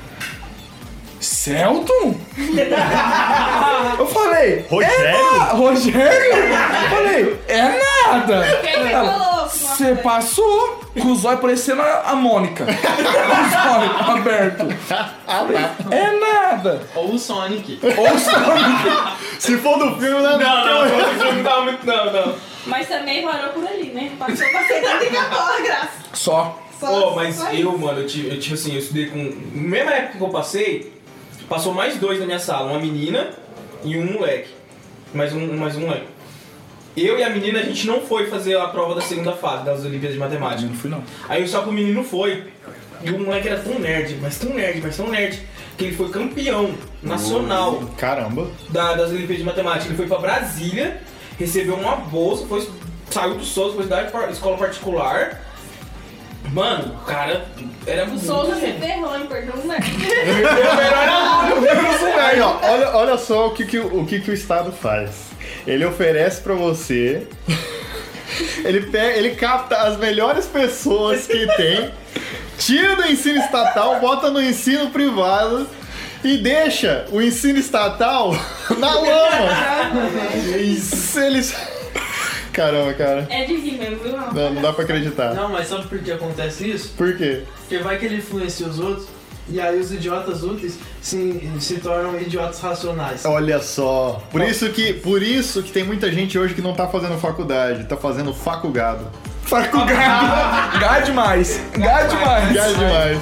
Celton? Eu falei. Rogério? É na... Rogério? Eu falei, é nada. Quem me Ela, falou? você passou com os olhos parecendo a, a Mônica. Com os olhos abertos. Falei, é nada. Ou o Sonic. Ou só. Se for do filme, não é Não, não, não, não tava muito. Não, não. Mas também parou por ali, né? Passou pra segunda e acabou a graça. Só. Só- Pô, mas só eu, mano, eu, tive, eu, tipo assim, eu estudei com. Na mesma época que eu passei, passou mais dois na minha sala, uma menina e um moleque. Mais um, mais um moleque. Eu e a menina, a gente não foi fazer a prova da segunda fase das Olimpíadas de Matemática. Não fui não. Aí só que o menino foi. E o moleque era tão nerd, mas tão nerd, mas tão nerd, que ele foi campeão nacional Caramba. da, das Olimpíadas de Matemática. Ele foi pra Brasília, recebeu uma bolsa, foi, saiu do Souza, foi estudar em par- escola particular. Mano, o cara era O muito Souza se nerd. ferrou, hein? Perdão, né? Aí, ó, olha, olha só o que, que, o o que, que o Estado faz. Ele oferece pra você. Ele, pega, ele capta as melhores pessoas que tem, tira do ensino estatal, bota no ensino privado e deixa o ensino estatal na lama. Isso, eles... Caramba, cara. É de rir mesmo, viu? Não, não dá pra acreditar. Não, mas sabe por que acontece isso? Por quê? Porque vai que ele influencia os outros e aí os idiotas úteis se, se tornam idiotas racionais. Olha só. Por isso, que, por isso que tem muita gente hoje que não tá fazendo faculdade, tá fazendo facugado. Facugado. Gá demais. Gá demais. Gás demais.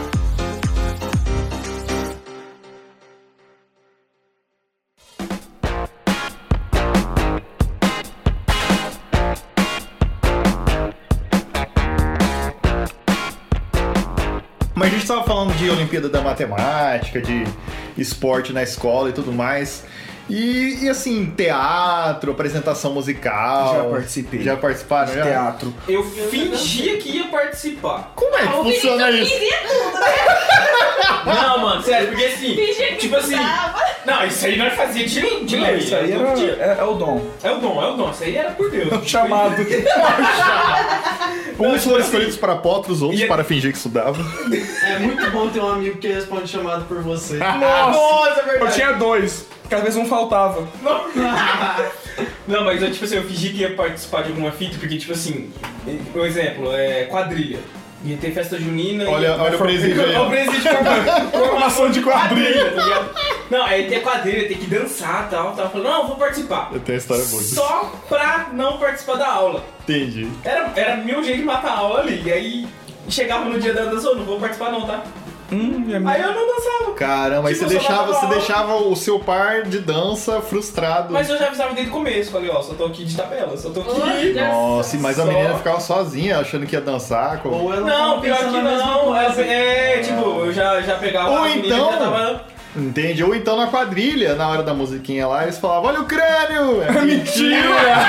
Mas a gente estava falando de Olimpíada da Matemática, de esporte na escola e tudo mais. E, e assim, teatro, apresentação musical. Já participei. Já participaram? Já? Teatro. Eu fingia que ia participar. Como é que O funciona Vinícius isso? queria tudo, né? Não, mano, sério, porque assim. Fingia que tipo assim. estudava. Não, isso aí nós fazia de, de Não, lei. isso aí todo era, dia. é, é o dom. É o dom, é o dom. Isso aí era por Deus. Chamado. Uns foram escolhidos para potros, outros E- para fingir que estudavam. É muito bom ter um amigo que responde chamado por você. Nossa. Nossa, é Eu verdade. tinha dois. Cada vez um faltava. Não, mas eu, tipo assim, eu fingi que ia participar de alguma fita, porque, tipo assim, um exemplo, é quadrilha. Ia ter festa junina Olha, e... olha o presídio aí. Olha o presídio de Formação de quadrilha. tá ligado? Não, aí tem quadrilha, tem que dançar e tal, tal. Eu falei, não, eu vou participar. Eu tenho a história boa disso. Só pra não participar da aula. Entendi. Era, era meu jeito de matar a aula ali. E aí chegava no dia da dança, eu não vou participar não, tá? Hum, é Aí eu não dançava. Caramba, aí Tipo, você eu só deixava, dava você aula. deixava o seu par de dança frustrado. Mas eu já avisava desde o começo, falei, ó, só tô aqui de tabela, só tô aqui. Olha. Nossa, mas a Só- menina ficava sozinha, achando que ia dançar. Com... Ou ela Não, tava pior pensando que a mesma não. coisa. É, é, tipo, eu já, já pegava Ou a menina então- e já tava. Entende? Ou então na quadrilha, na hora da musiquinha lá, eles falavam, olha o crânio! É Mentira!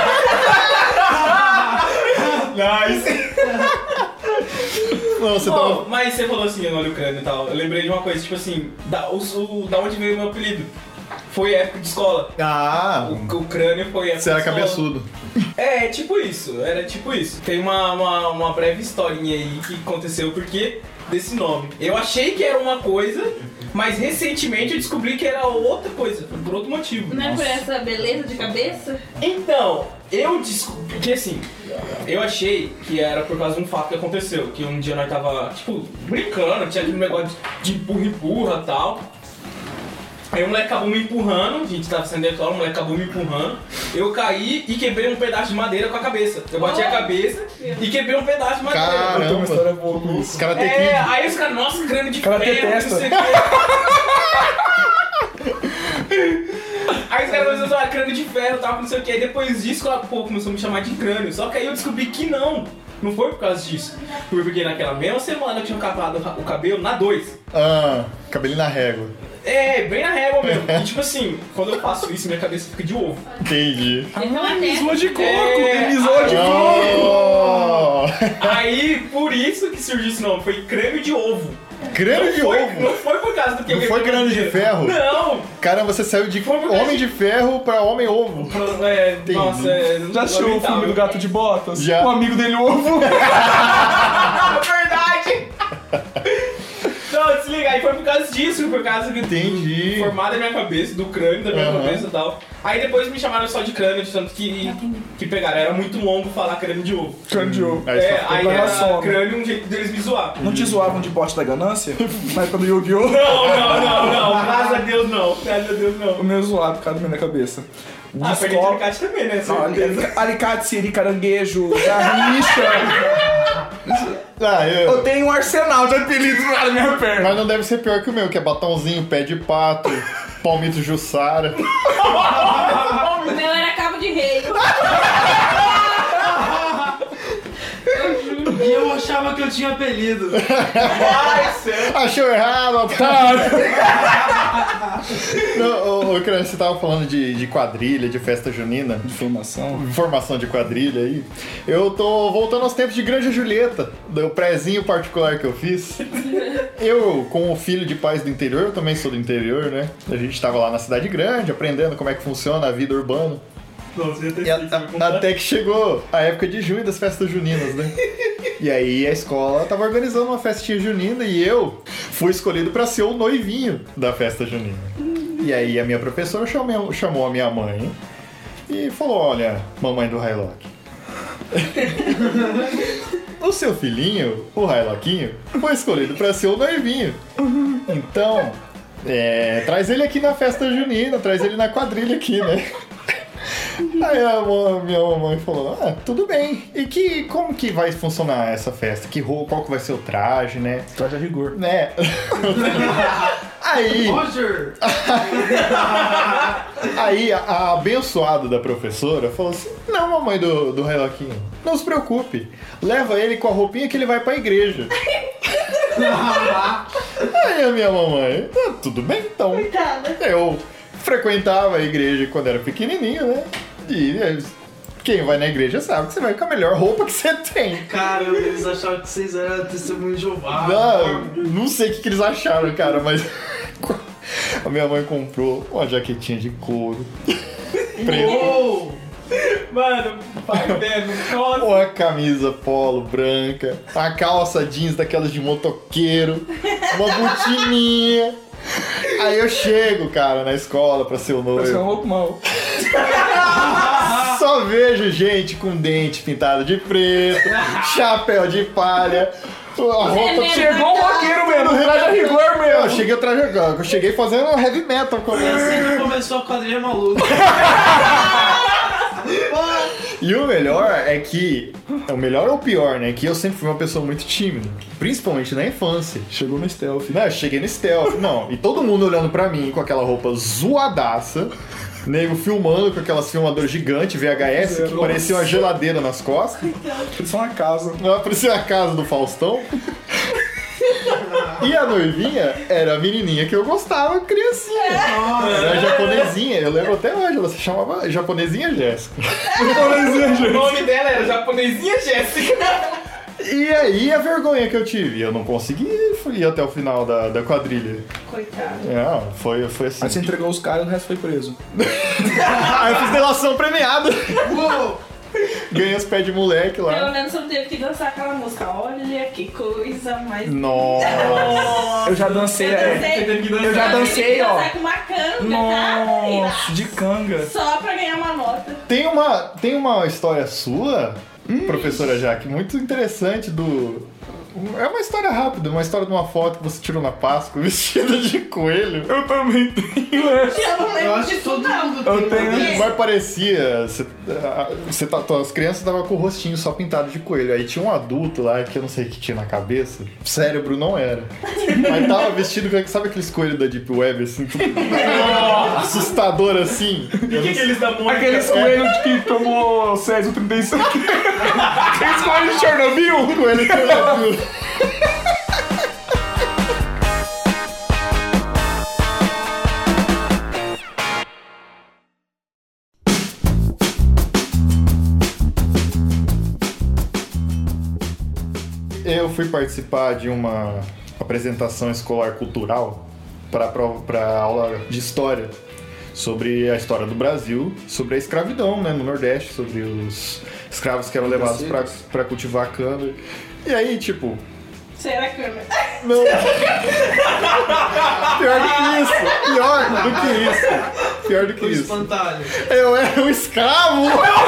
Nice! Não, você Bom, tava... mas você falou assim, olha o crânio e tal. Eu lembrei de uma coisa, tipo assim, da, o, o- da onde veio o meu apelido. Foi época de escola. Ah, O, o crânio foi época você era de escola. cabeçudo. É, tipo isso, era tipo isso. Tem uma, uma, uma breve historinha aí que aconteceu porque desse nome. Eu achei que era uma coisa, mas recentemente eu descobri que era outra coisa, por outro motivo. Não é por essa beleza de cabeça? Então, eu descobri, porque assim, eu achei que era por causa de um fato que aconteceu, que um dia nós tava, tipo, brincando, tinha aquele negócio de empurra-empurra e tal. Aí o moleque acabou me empurrando, a gente tava saindo da escola, o moleque acabou me empurrando. Eu caí e quebrei um pedaço de madeira com a cabeça. Eu bati a cabeça e quebrei um pedaço de madeira. Eu tenho uma Caramba! história boa com Os isso. caras têm É, que... aí os caras, nossa, crânio de Cara, ferro, detesta. não sei o quê. Aí os caras começaram a usar crânio de ferro e tal, não sei o que. Aí depois disso, pô, começou a me chamar de crânio. Só que aí eu descobri que não. Não foi por causa disso. Foi porque naquela mesma semana eu tinha cavado o cabelo na dois. Ah, cabelinho na régua. É, bem na régua mesmo. E tipo assim, quando eu faço isso, minha cabeça fica de ovo. Entendi. Ah, misou de coco! É. Misou de coco! Oh! Aí, por isso que surgiu esse nome. Foi crânio de ovo. Crânio de Foi- ovo! Não foi por causa do que Não eu foi quebrei crânio de madeira. ferro? Não! Caramba, você saiu de Foi por causa homem de ferro pra homem ovo. É, nossa, é. Já assistiu o lamentável. filme do Gato de Botas? Já. O amigo dele, o ovo. Verdade! Não, desliga, aí foi por causa disso, por causa que Entendi. formado na minha cabeça, do crânio da minha Aham. cabeça e tal. Aí depois me chamaram só de crânio, de tanto que, que pegaram. Era muito longo falar crânio de ovo. Crânio de ovo. Aí só É, ficou aí pra era sono. crânio um jeito deles me zoar. Não te zoavam de bote da ganância? Na época do Yu-Gi-Oh! Não, não, não, não, graças a Deus não, graças a Deus O não. meu zoado, cada minha na cabeça. De Ah, perdi escola- de alicate também, né? Não, Certeza. ali- alicate, siri, caranguejo, garrincha. Ah, Eu eu... tenho um arsenal de apelidos na minha perna. Mas não deve ser pior que o meu, que é batonzinho, pé de pato, palmito Jussara. O meu era cabo de rei. E eu achava que eu tinha apelido. Ai, sério. Achou errado, otário! Não, ô, ô, criança, você tava falando de, de quadrilha, de festa junina, De formação. formação de quadrilha aí. Eu tô voltando aos tempos de Granja Julieta, do prézinho particular que eu fiz. Eu, com o filho de pais do interior, eu também sou do interior, né? A gente tava lá na cidade grande, aprendendo como é que funciona a vida urbana. Nossa, ia ter E a- esquecido de a- contar. até que chegou a época de junho das festas juninas, né? E aí a escola tava organizando uma festinha junina e eu fui escolhido pra ser o noivinho da festa junina. E aí a minha professora chamou, chamou a minha mãe e falou, olha, mamãe do Hylock, o seu filhinho, o Hyloquinho, foi escolhido pra ser o noivinho. Então, é, traz ele aqui na festa junina, traz ele na quadrilha aqui, né? Aí a minha mamãe falou, ah, tudo bem. E que, como que vai funcionar essa festa? Que roupa, qual que vai ser o traje, né? Traje a rigor. Né? Aí... Roger! Aí a, a abençoada da professora falou assim, não, mamãe do, do Hyloquinho, não se preocupe. Leva ele com a roupinha que ele vai pra igreja. Aí a minha mamãe, ah, tudo bem então. Coitada. Eu frequentava a igreja quando era pequenininho, né? E quem vai na igreja sabe que você vai com a melhor roupa que você tem. Cara, eles achavam que vocês eram testemunho de Jeová. Não, não sei o que, que eles acharam, cara, mas a minha mãe comprou uma jaquetinha de couro preta, Oh! Mano, vai vendo, nossa. uma camisa polo branca, uma calça jeans daquelas de motoqueiro, uma botininha. Aí eu chego, cara, na escola pra ser o Parece um noivo. louco mal. Só vejo gente com dente pintado de preto, chapéu de palha, a roupa... Chegou o roqueiro mesmo, traje a rigor mesmo. Eu cheguei atrás, eu cheguei fazendo heavy metal com E assim que começou a quadrilha maluca. E o melhor é que... O melhor ou o pior, né? Que eu sempre fui uma pessoa muito tímida. Principalmente na infância. Chegou no stealth. Né? Eu cheguei no stealth. Não, e todo mundo olhando pra mim com aquela roupa zoadaça. Nego filmando com aquelas filmadoras gigantes V H S que parecia uma geladeira nas costas. Parecia uma casa. Não, parecia a casa do Faustão. E a noivinha era a menininha que eu gostava, criancinha. Era a japonesinha, eu lembro até hoje, ela se chamava Japonesinha Jéssica. O nome dela era Japonesinha Jéssica. E aí a vergonha que eu tive, eu não consegui ir até o final da, da quadrilha. Coitado. Não, foi, foi assim. Aí você entregou os caras e o resto foi preso. Aí eu fiz delação premiada. Ganhei os pés de moleque Pelo lá. menos você não teve que dançar aquela música. Olha que coisa mais... Nossa. Eu já dancei, Eu é. dancei. Eu já dancei, ó. Dançar com uma canga, Nossa, de canga. só pra ganhar uma nota. Tem uma, tem uma história sua, professora Jaque, muito interessante do... É uma história rápida, uma história de uma foto que você tirou na Páscoa vestida de coelho. Eu também tenho essa. Eu não Eu lembro acho que disso todo não. mundo Eu tem. tenho. Mas parecia. Você, você tá, as crianças estavam com o rostinho só pintado de coelho. Aí tinha um adulto lá que eu não sei o que tinha na cabeça. Cérebro não era. Mas tava vestido com. Sabe aqueles coelhos da Deep Web assim? Tudo assustador assim? O que, que eles da Mônica? Aqueles coelhos que tomou Césio trinta e cinco. Aqueles coelhos de Chernobyl. Coelho que eu Eu fui participar de uma apresentação escolar cultural para aula de história sobre a história do Brasil, sobre a escravidão, né, no Nordeste, sobre os escravos que eram levados para cultivar cana. E aí, tipo, Você era câmera. não. Pior do que isso. Pior do que isso. Pior do que O isso. espantalho. Eu era um escravo.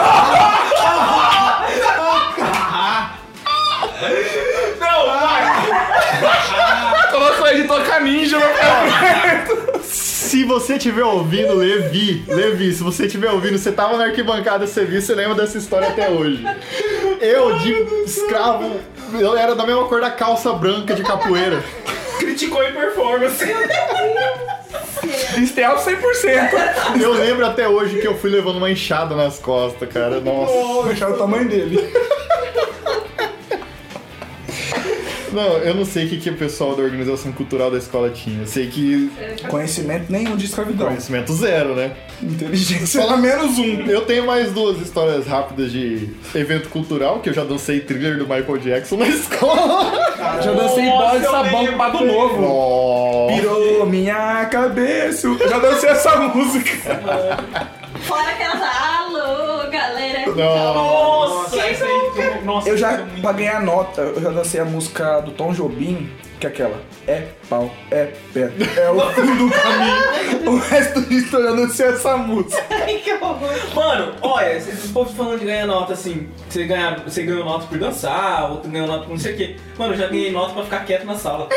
Não, vai! Colocou o editor Caninja no pé. Se você estiver ouvindo, Levi, Levi, se você estiver ouvindo, você tava na arquibancada, você viu, você lembra dessa história até hoje. Eu, de escravo, eu era da mesma cor da calça branca de capoeira. Criticou em performance. Stealth cem por cento. Eu lembro até hoje que eu fui levando uma enxada nas costas, cara. Nossa. Vou deixar o tamanho dele. Não, eu não sei o que, que o pessoal da organização cultural da escola tinha. Eu sei que Conhecimento nenhum de escravidão. conhecimento zero, né? Inteligência era menos um. Eu tenho mais duas histórias rápidas de evento cultural, que eu já dancei thriller do Michael Jackson na escola. Já dancei bola de eu sabão lembro, com pato eu novo. Nossa. Virou minha cabeça. Eu já dancei essa música. Fora aquelas. Alô, galera. Nossa. Nossa, essa aí Nossa, Eu já, era muito- pra ganhar nota, eu já dancei a música do Tom Jobim, que é aquela. É pau, é pedra, é o fim do caminho. O resto disso eu já dancei essa música. Ai, que horror. Mano, olha, esse povo falando de ganhar nota assim, você, ganha, você ganhou nota por dançar, outro ganhou nota por não sei o quê. Mano, eu já ganhei nota pra ficar quieto na sala.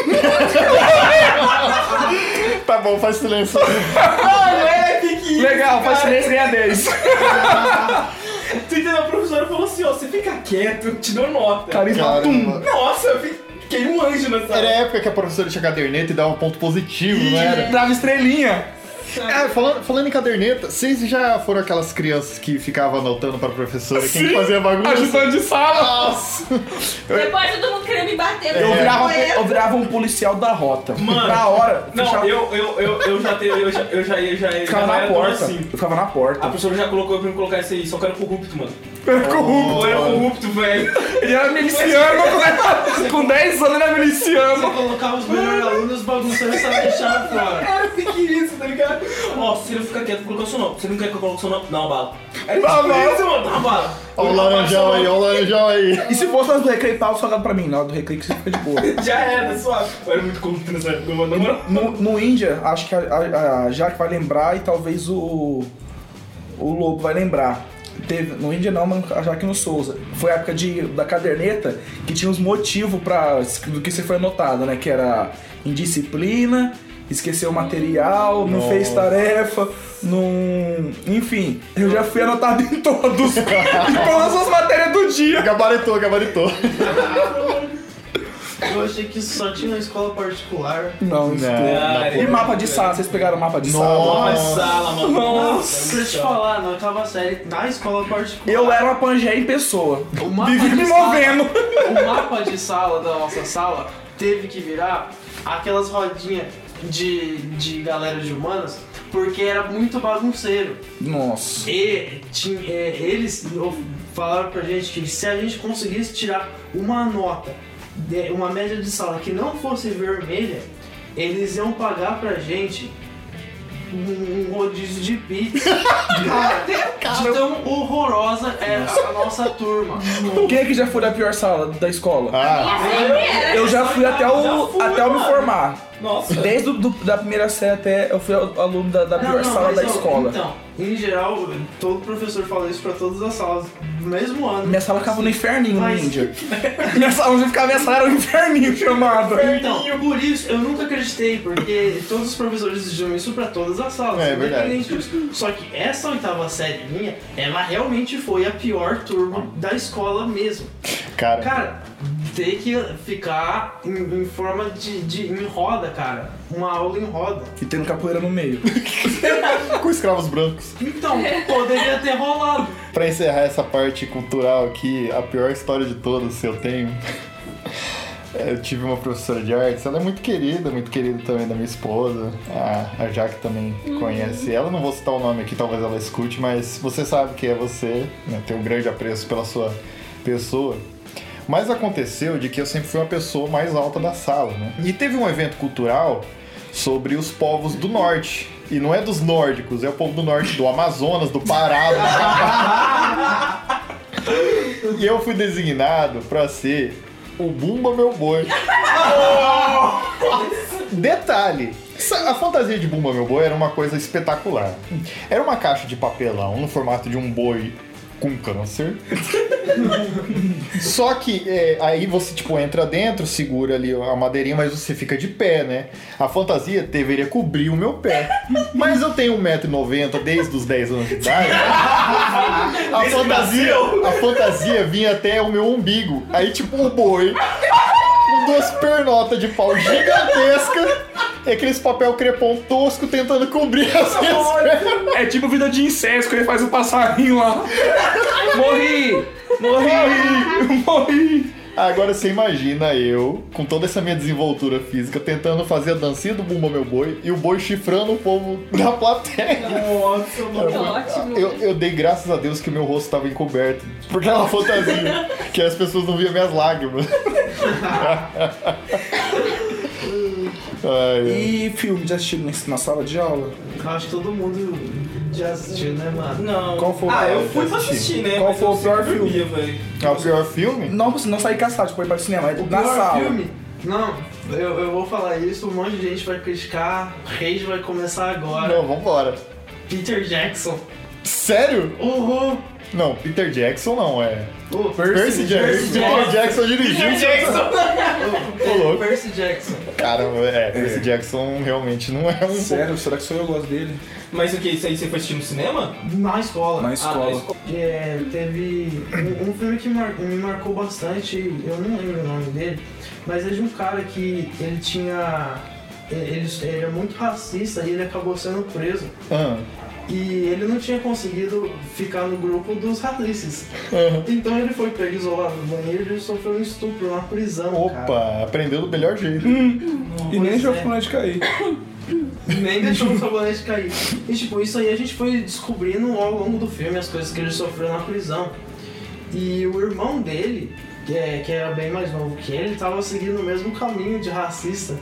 Tá bom, faz silêncio. Mano, é, que que isso, Legal, faz cara? silêncio e ganha dez. Tu entendeu? A professora falou assim, ó, você fica quieto, eu te dou nota. Carisma, tum. Caramba. Nossa, eu fiquei um anjo nessa Era a época que a professora tinha caderneta e dava um ponto positivo, não era? Dava estrelinha. É, falando, falando em caderneta, vocês já foram aquelas crianças que ficavam anotando pra professora quem que fazia bagunça? Ajudante de sala. Nossa! Depois todo mundo queria me bater. Eu, mas virava, não foi eu virava um policial da rota. Mano. Na hora, Não, fechava- eu, eu, eu, eu já tenho, eu já, eu já ia, já ia, ficava já na era tão porta. assim. Eu ficava na porta. A professora já colocou pra me colocar isso aí, só que eu era corrupto, mano. Era corrupto. Eu era corrupto, velho. Ele era miliciano. Com dez anos ele era Você miliciano. colocava os melhores alunos bagunçando essa deixava fora. Era pique isso, tá ligado? Ó, se ele ficar quieto, coloca o seu nome. Você não quer que eu coloque o seu nome? Dá uma bala. Era Dá uma tipo isso, mano, dá uma bala. Olha o laranjão aí, olha o laranjão aí. E se fosse na do recreio, tava salgado pra mim. Na hora do recreio que você fica de boa. Já era, suave. Eu era muito corrupto nessa época, mano. Na moral. No, no Índia, acho que a, a, a Jaque vai lembrar e talvez o, o Lobo vai lembrar. Teve, no Índia não, mas a Jaque no Souza. Foi a época de, da caderneta que tinha os motivos pra, do que você foi anotado, né? Que era indisciplina, esqueceu o material, não fez tarefa, não... Enfim, eu já fui anotado em todos. Em todas as matérias do dia. Gabaritou, gabaritou. Eu achei que só tinha uma escola particular. Não, isso Não, tudo. não, E pô. mapa de sala, vocês pegaram o mapa de Nossa. sala? Nossa, sala, mano. Nossa. Pra te falar, na oitava série, na escola particular. Eu era uma Pangeia em pessoa. O mapa Vivi de me sala- movendo. O mapa de sala da nossa sala teve que virar aquelas rodinhas de, de galera de humanas, porque era muito bagunceiro. Nossa. E tinha, é, eles falaram pra gente que se a gente conseguisse tirar uma nota, de- uma média de sala que não fosse vermelha, eles iam pagar pra gente um, um rodízio de pizza. Cara, de tão horrorosa é a nossa turma. Quem é que já foi da pior sala da escola? Ah, Sempre era. Eu já fui até, o, Já fui, até eu me mano. formar. Nossa. Desde o, do, da primeira série até eu fui aluno da, da pior sala mas da eu- escola. Então, em geral, todo professor fala isso pra todas as salas do mesmo ano. Minha sala ficava no inferninho, Mas- no Índia. Minha sala onde ficava, minha sala era um inferninho chamado. Então, por isso eu nunca acreditei, porque todos os professores diziam isso pra todas as salas, É, verdade. independente disso. Só que essa oitava série minha, ela realmente foi a pior turma da escola mesmo. cara. Cara, ter que ficar em, em forma de, de em roda, cara. Uma aula em roda. E tendo capoeira no meio. Com escravos brancos. Então, poderia ter rolado. Pra encerrar essa parte cultural aqui, a pior história de todas que eu tenho. é, Eu tive uma professora de artes, ela é muito querida, muito querida também da minha esposa. A, a Jaque também conhece ela. Não vou citar o nome aqui, talvez ela escute, mas você sabe que é você, né? Tenho um grande apreço pela sua pessoa. Mas aconteceu de que eu sempre fui uma pessoa mais alta da sala, né? E teve um evento cultural sobre os povos do norte. E não é dos nórdicos, é o povo do norte, do Amazonas, do Pará. Do... E eu fui designado pra ser o Bumba Meu Boi. Detalhe, a fantasia de Bumba Meu Boi era uma coisa espetacular. Era uma caixa de papelão no formato de um boi com câncer. Só que é, aí você tipo entra dentro, segura ali a madeirinha, mas você fica de pé, né? A fantasia deveria cobrir o meu pé. Mas eu tenho um metro e noventa desde os dez anos de idade. A fantasia, a fantasia vinha até o meu umbigo. Aí tipo o boi com duas pernotas de pau gigantesca e aqueles papel crepom tosco tentando cobrir as minhas pernas. É tipo vida de incesto, que ele faz o passarinho lá. Morri! Morri! Morri! Agora você imagina eu, com toda essa minha desenvoltura física, tentando fazer a dancinha do Bumba Meu Boi e o boi chifrando o povo da plateia. Nossa, mano. Ótimo. Eu, eu dei graças a Deus que o meu rosto estava encoberto por aquela fantasia, que as pessoas não viam minhas lágrimas. Ai, ai. E filme, já assistiram na sala de aula? Eu acho que todo mundo Já assistiu, né, mano? Não. Qual foi o Ah, pior eu fui que pra assistiu? assistir, né? Qual mas foi eu o pior sempre filme? dormia, velho. É o pior filme? Não, você não sair caçado, tipo, ir para o cinema, é O na pior sala. filme? Não, eu, eu vou falar isso, um monte de gente vai criticar, Rage vai começar agora. Não, vambora. Peter Jackson. Sério? Uhul! Não, Peter Jackson não, é... Oh, Percy Jackson. Peter Jackson dirigiu. Ô, louco. Percy Jackson. Caramba, é, Percy Jackson realmente não é um... Sério, será que só eu gosto dele? Mas o que? Isso aí você foi assistir no cinema? Na escola. Na escola. Ah, na escola. É, teve um, um filme que mar- me marcou bastante, eu não lembro o nome dele, mas é de um cara que ele tinha. Ele, ele era muito racista e ele acabou sendo preso. Ah, E ele não tinha conseguido ficar no grupo dos racistas. ah. Então ele foi pego isolado no banheiro e ele sofreu um estupro na prisão. Opa, cara. aprendeu do melhor jeito. E nem Pois deixou é. o fumante cair. Nem deixou o sabonete cair. E tipo, isso aí a gente foi descobrindo ao longo do filme as coisas que ele sofreu na prisão. E o irmão dele, que, é, que era bem mais novo que ele, tava seguindo o mesmo caminho de racista.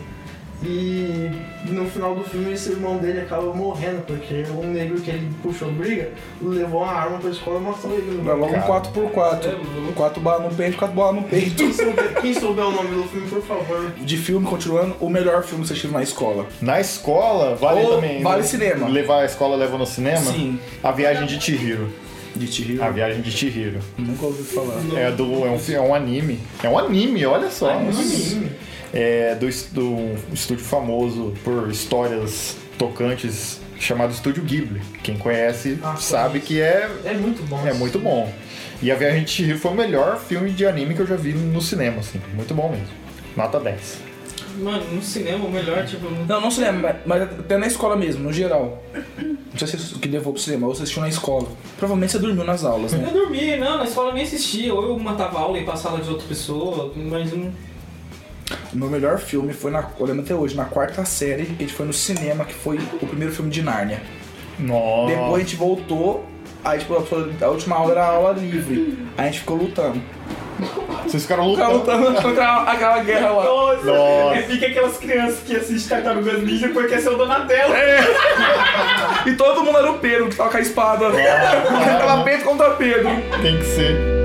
E no final do filme esse irmão dele acaba morrendo, porque um negro que ele puxou briga levou uma arma pra escola e matou ele. Vai logo um Cara. quatro por quatro. quatro balas no peito, quatro balas no peito. Quem souber, quem souber o nome do filme, por favor. De filme, continuando, o melhor filme que você assistiu na escola. Na escola, vale Ou também... vale né? cinema. Levar a escola leva no cinema? Sim. A Viagem de Chihiro. De Chihiro. A Viagem de Chihiro. Nunca ouvi falar. É, do, é, um, fi- é um anime. É um anime, olha só. Anime. É do, es- do estúdio famoso por histórias tocantes chamado Estúdio Ghibli. Quem conhece Ah, sabe conheço. que é, É muito bom. é muito bom. E A Viagem de Chihiro foi o melhor filme de anime que eu já vi no cinema, assim. Muito bom mesmo. Nota dez. Mano, no cinema o melhor, tipo. Não, não cinema, mas- mas até na escola mesmo, no geral. Não sei se você que levou pro cinema, ou você assistiu na escola. Provavelmente você dormiu nas aulas, né? Eu dormi, não, na escola eu nem assistia. Ou eu matava aula e ia pra sala de outra pessoa, mas não. O meu melhor filme foi, na, eu lembro até hoje, na quarta série, que a gente foi no cinema, que foi o primeiro filme de Nárnia. Nossa. Depois a gente voltou, aí tipo, a a última aula era a aula livre. Aí a gente ficou lutando. Vocês ficaram Ficava lutando. lutando contra aquela guerra lá. Nossa. É, fica aquelas crianças que assistem Tartarugas Ninja porque é seu Donatello. E todo mundo era o Pedro, que tava com a espada. Tava peito contra Pedro. Tem que ser.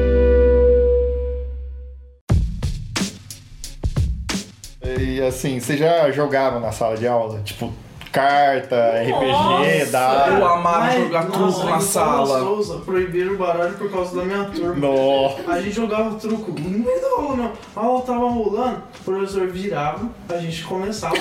E assim, vocês já jogaram na sala de aula? Tipo, carta, R P G, Nossa, dado. Eu amava Mas, jogar nossa, truco na mas o Paulo sala. Souza proibiram o baralho por causa da minha turma. Nossa. A gente jogava truco no meio da aula, não. A aula tava rolando, o professor virava, a gente começava.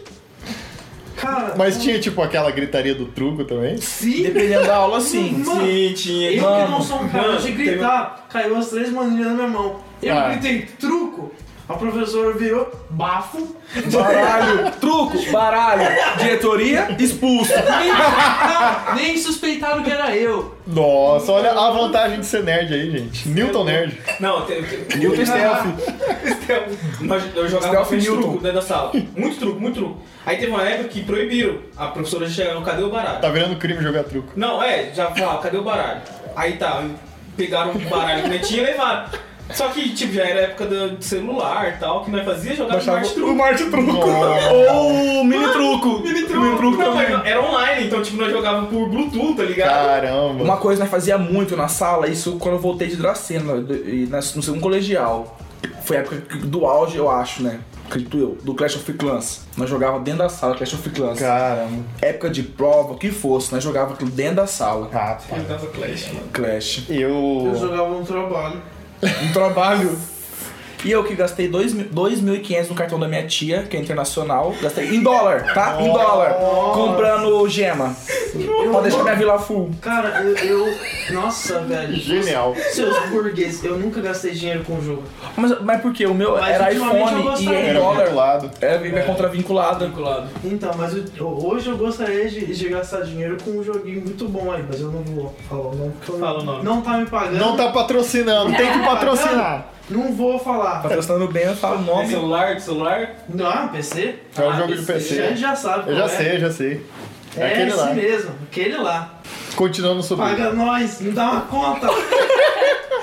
Cara, Mas tinha tipo aquela gritaria do truco também? sim, Dependendo da aula, sim. Mano, Sim, tinha. eu Mano, que não sou um cara mano, de teve- gritar, caiu as três manilhas na minha mão. Eu Ah. gritei truco, a professora virou bafo. Baralho, truco, baralho, diretoria, expulso. Nem, não, nem suspeitaram que era eu. Nossa, olha a vantagem de ser nerd aí, gente. Newton Nerd. Não, tem. tem- Newton Stealth. Nós- Eu jogava Stealth bastante Newton. truco dentro da sala. Muito truco, muito truco. Aí teve uma época que proibiram a professora de chegar no cadê o baralho? Tá virando crime jogar truco. Não, é, já falava, cadê o baralho? Aí tá, pegaram o baralho que nós tinha e levaram. Só que, tipo, já era época do celular e tal, que nós fazia jogar no Baixava Smart o Truco. Marte Truco. Nossa. Ou o Mini Truco. Mini truco, Mini Truco não, também. mas era online, então tipo, nós jogávamos por Bluetooth, tá ligado? Caramba. Uma coisa que nós fazia muito na sala, isso quando eu voltei de Dracena, do- e nas- no segundo colegial. Foi a época do auge, eu acho, né? Acredito eu, do Clash of Clans. Nós jogava dentro da sala Clash of Clans. Caramba. Época de prova, o que fosse, nós jogava aquilo dentro da sala. Rapaz. Eu jogava Clash, mano. Clash. Eu. Eu jogava no trabalho. Um trabalho. E eu que gastei dois mil e quinhentos no cartão da minha tia, que é internacional. Gastei em dólar, tá? Em dólar. Comprando gema. Pode deixar minha vila full. Cara, eu. eu- nossa, velho. Genial. Seus burgueses, eu nunca gastei dinheiro com o jogo. Mas, mas por quê? O meu Mas era ultimamente eu iPhone e gostaria. em Era dólar. vinculado. É, é contravinculada. Vinculado. Então, mas eu- hoje eu gostaria de, de gastar dinheiro com um joguinho muito bom aí, mas eu não vou falar o nome porque eu Fala o nome. não tá me pagando. Não tá patrocinando, tem que patrocinar. Não vou falar. Patrocinando bem, eu falo o De nome. celular, de celular. Não, P C? É um Ah, jogo de P A C. gente já sabe. Eu já qual é. sei, eu já sei. É É aquele esse lá. mesmo, aquele lá. Continuando sobre. Paga nós, me dá uma conta.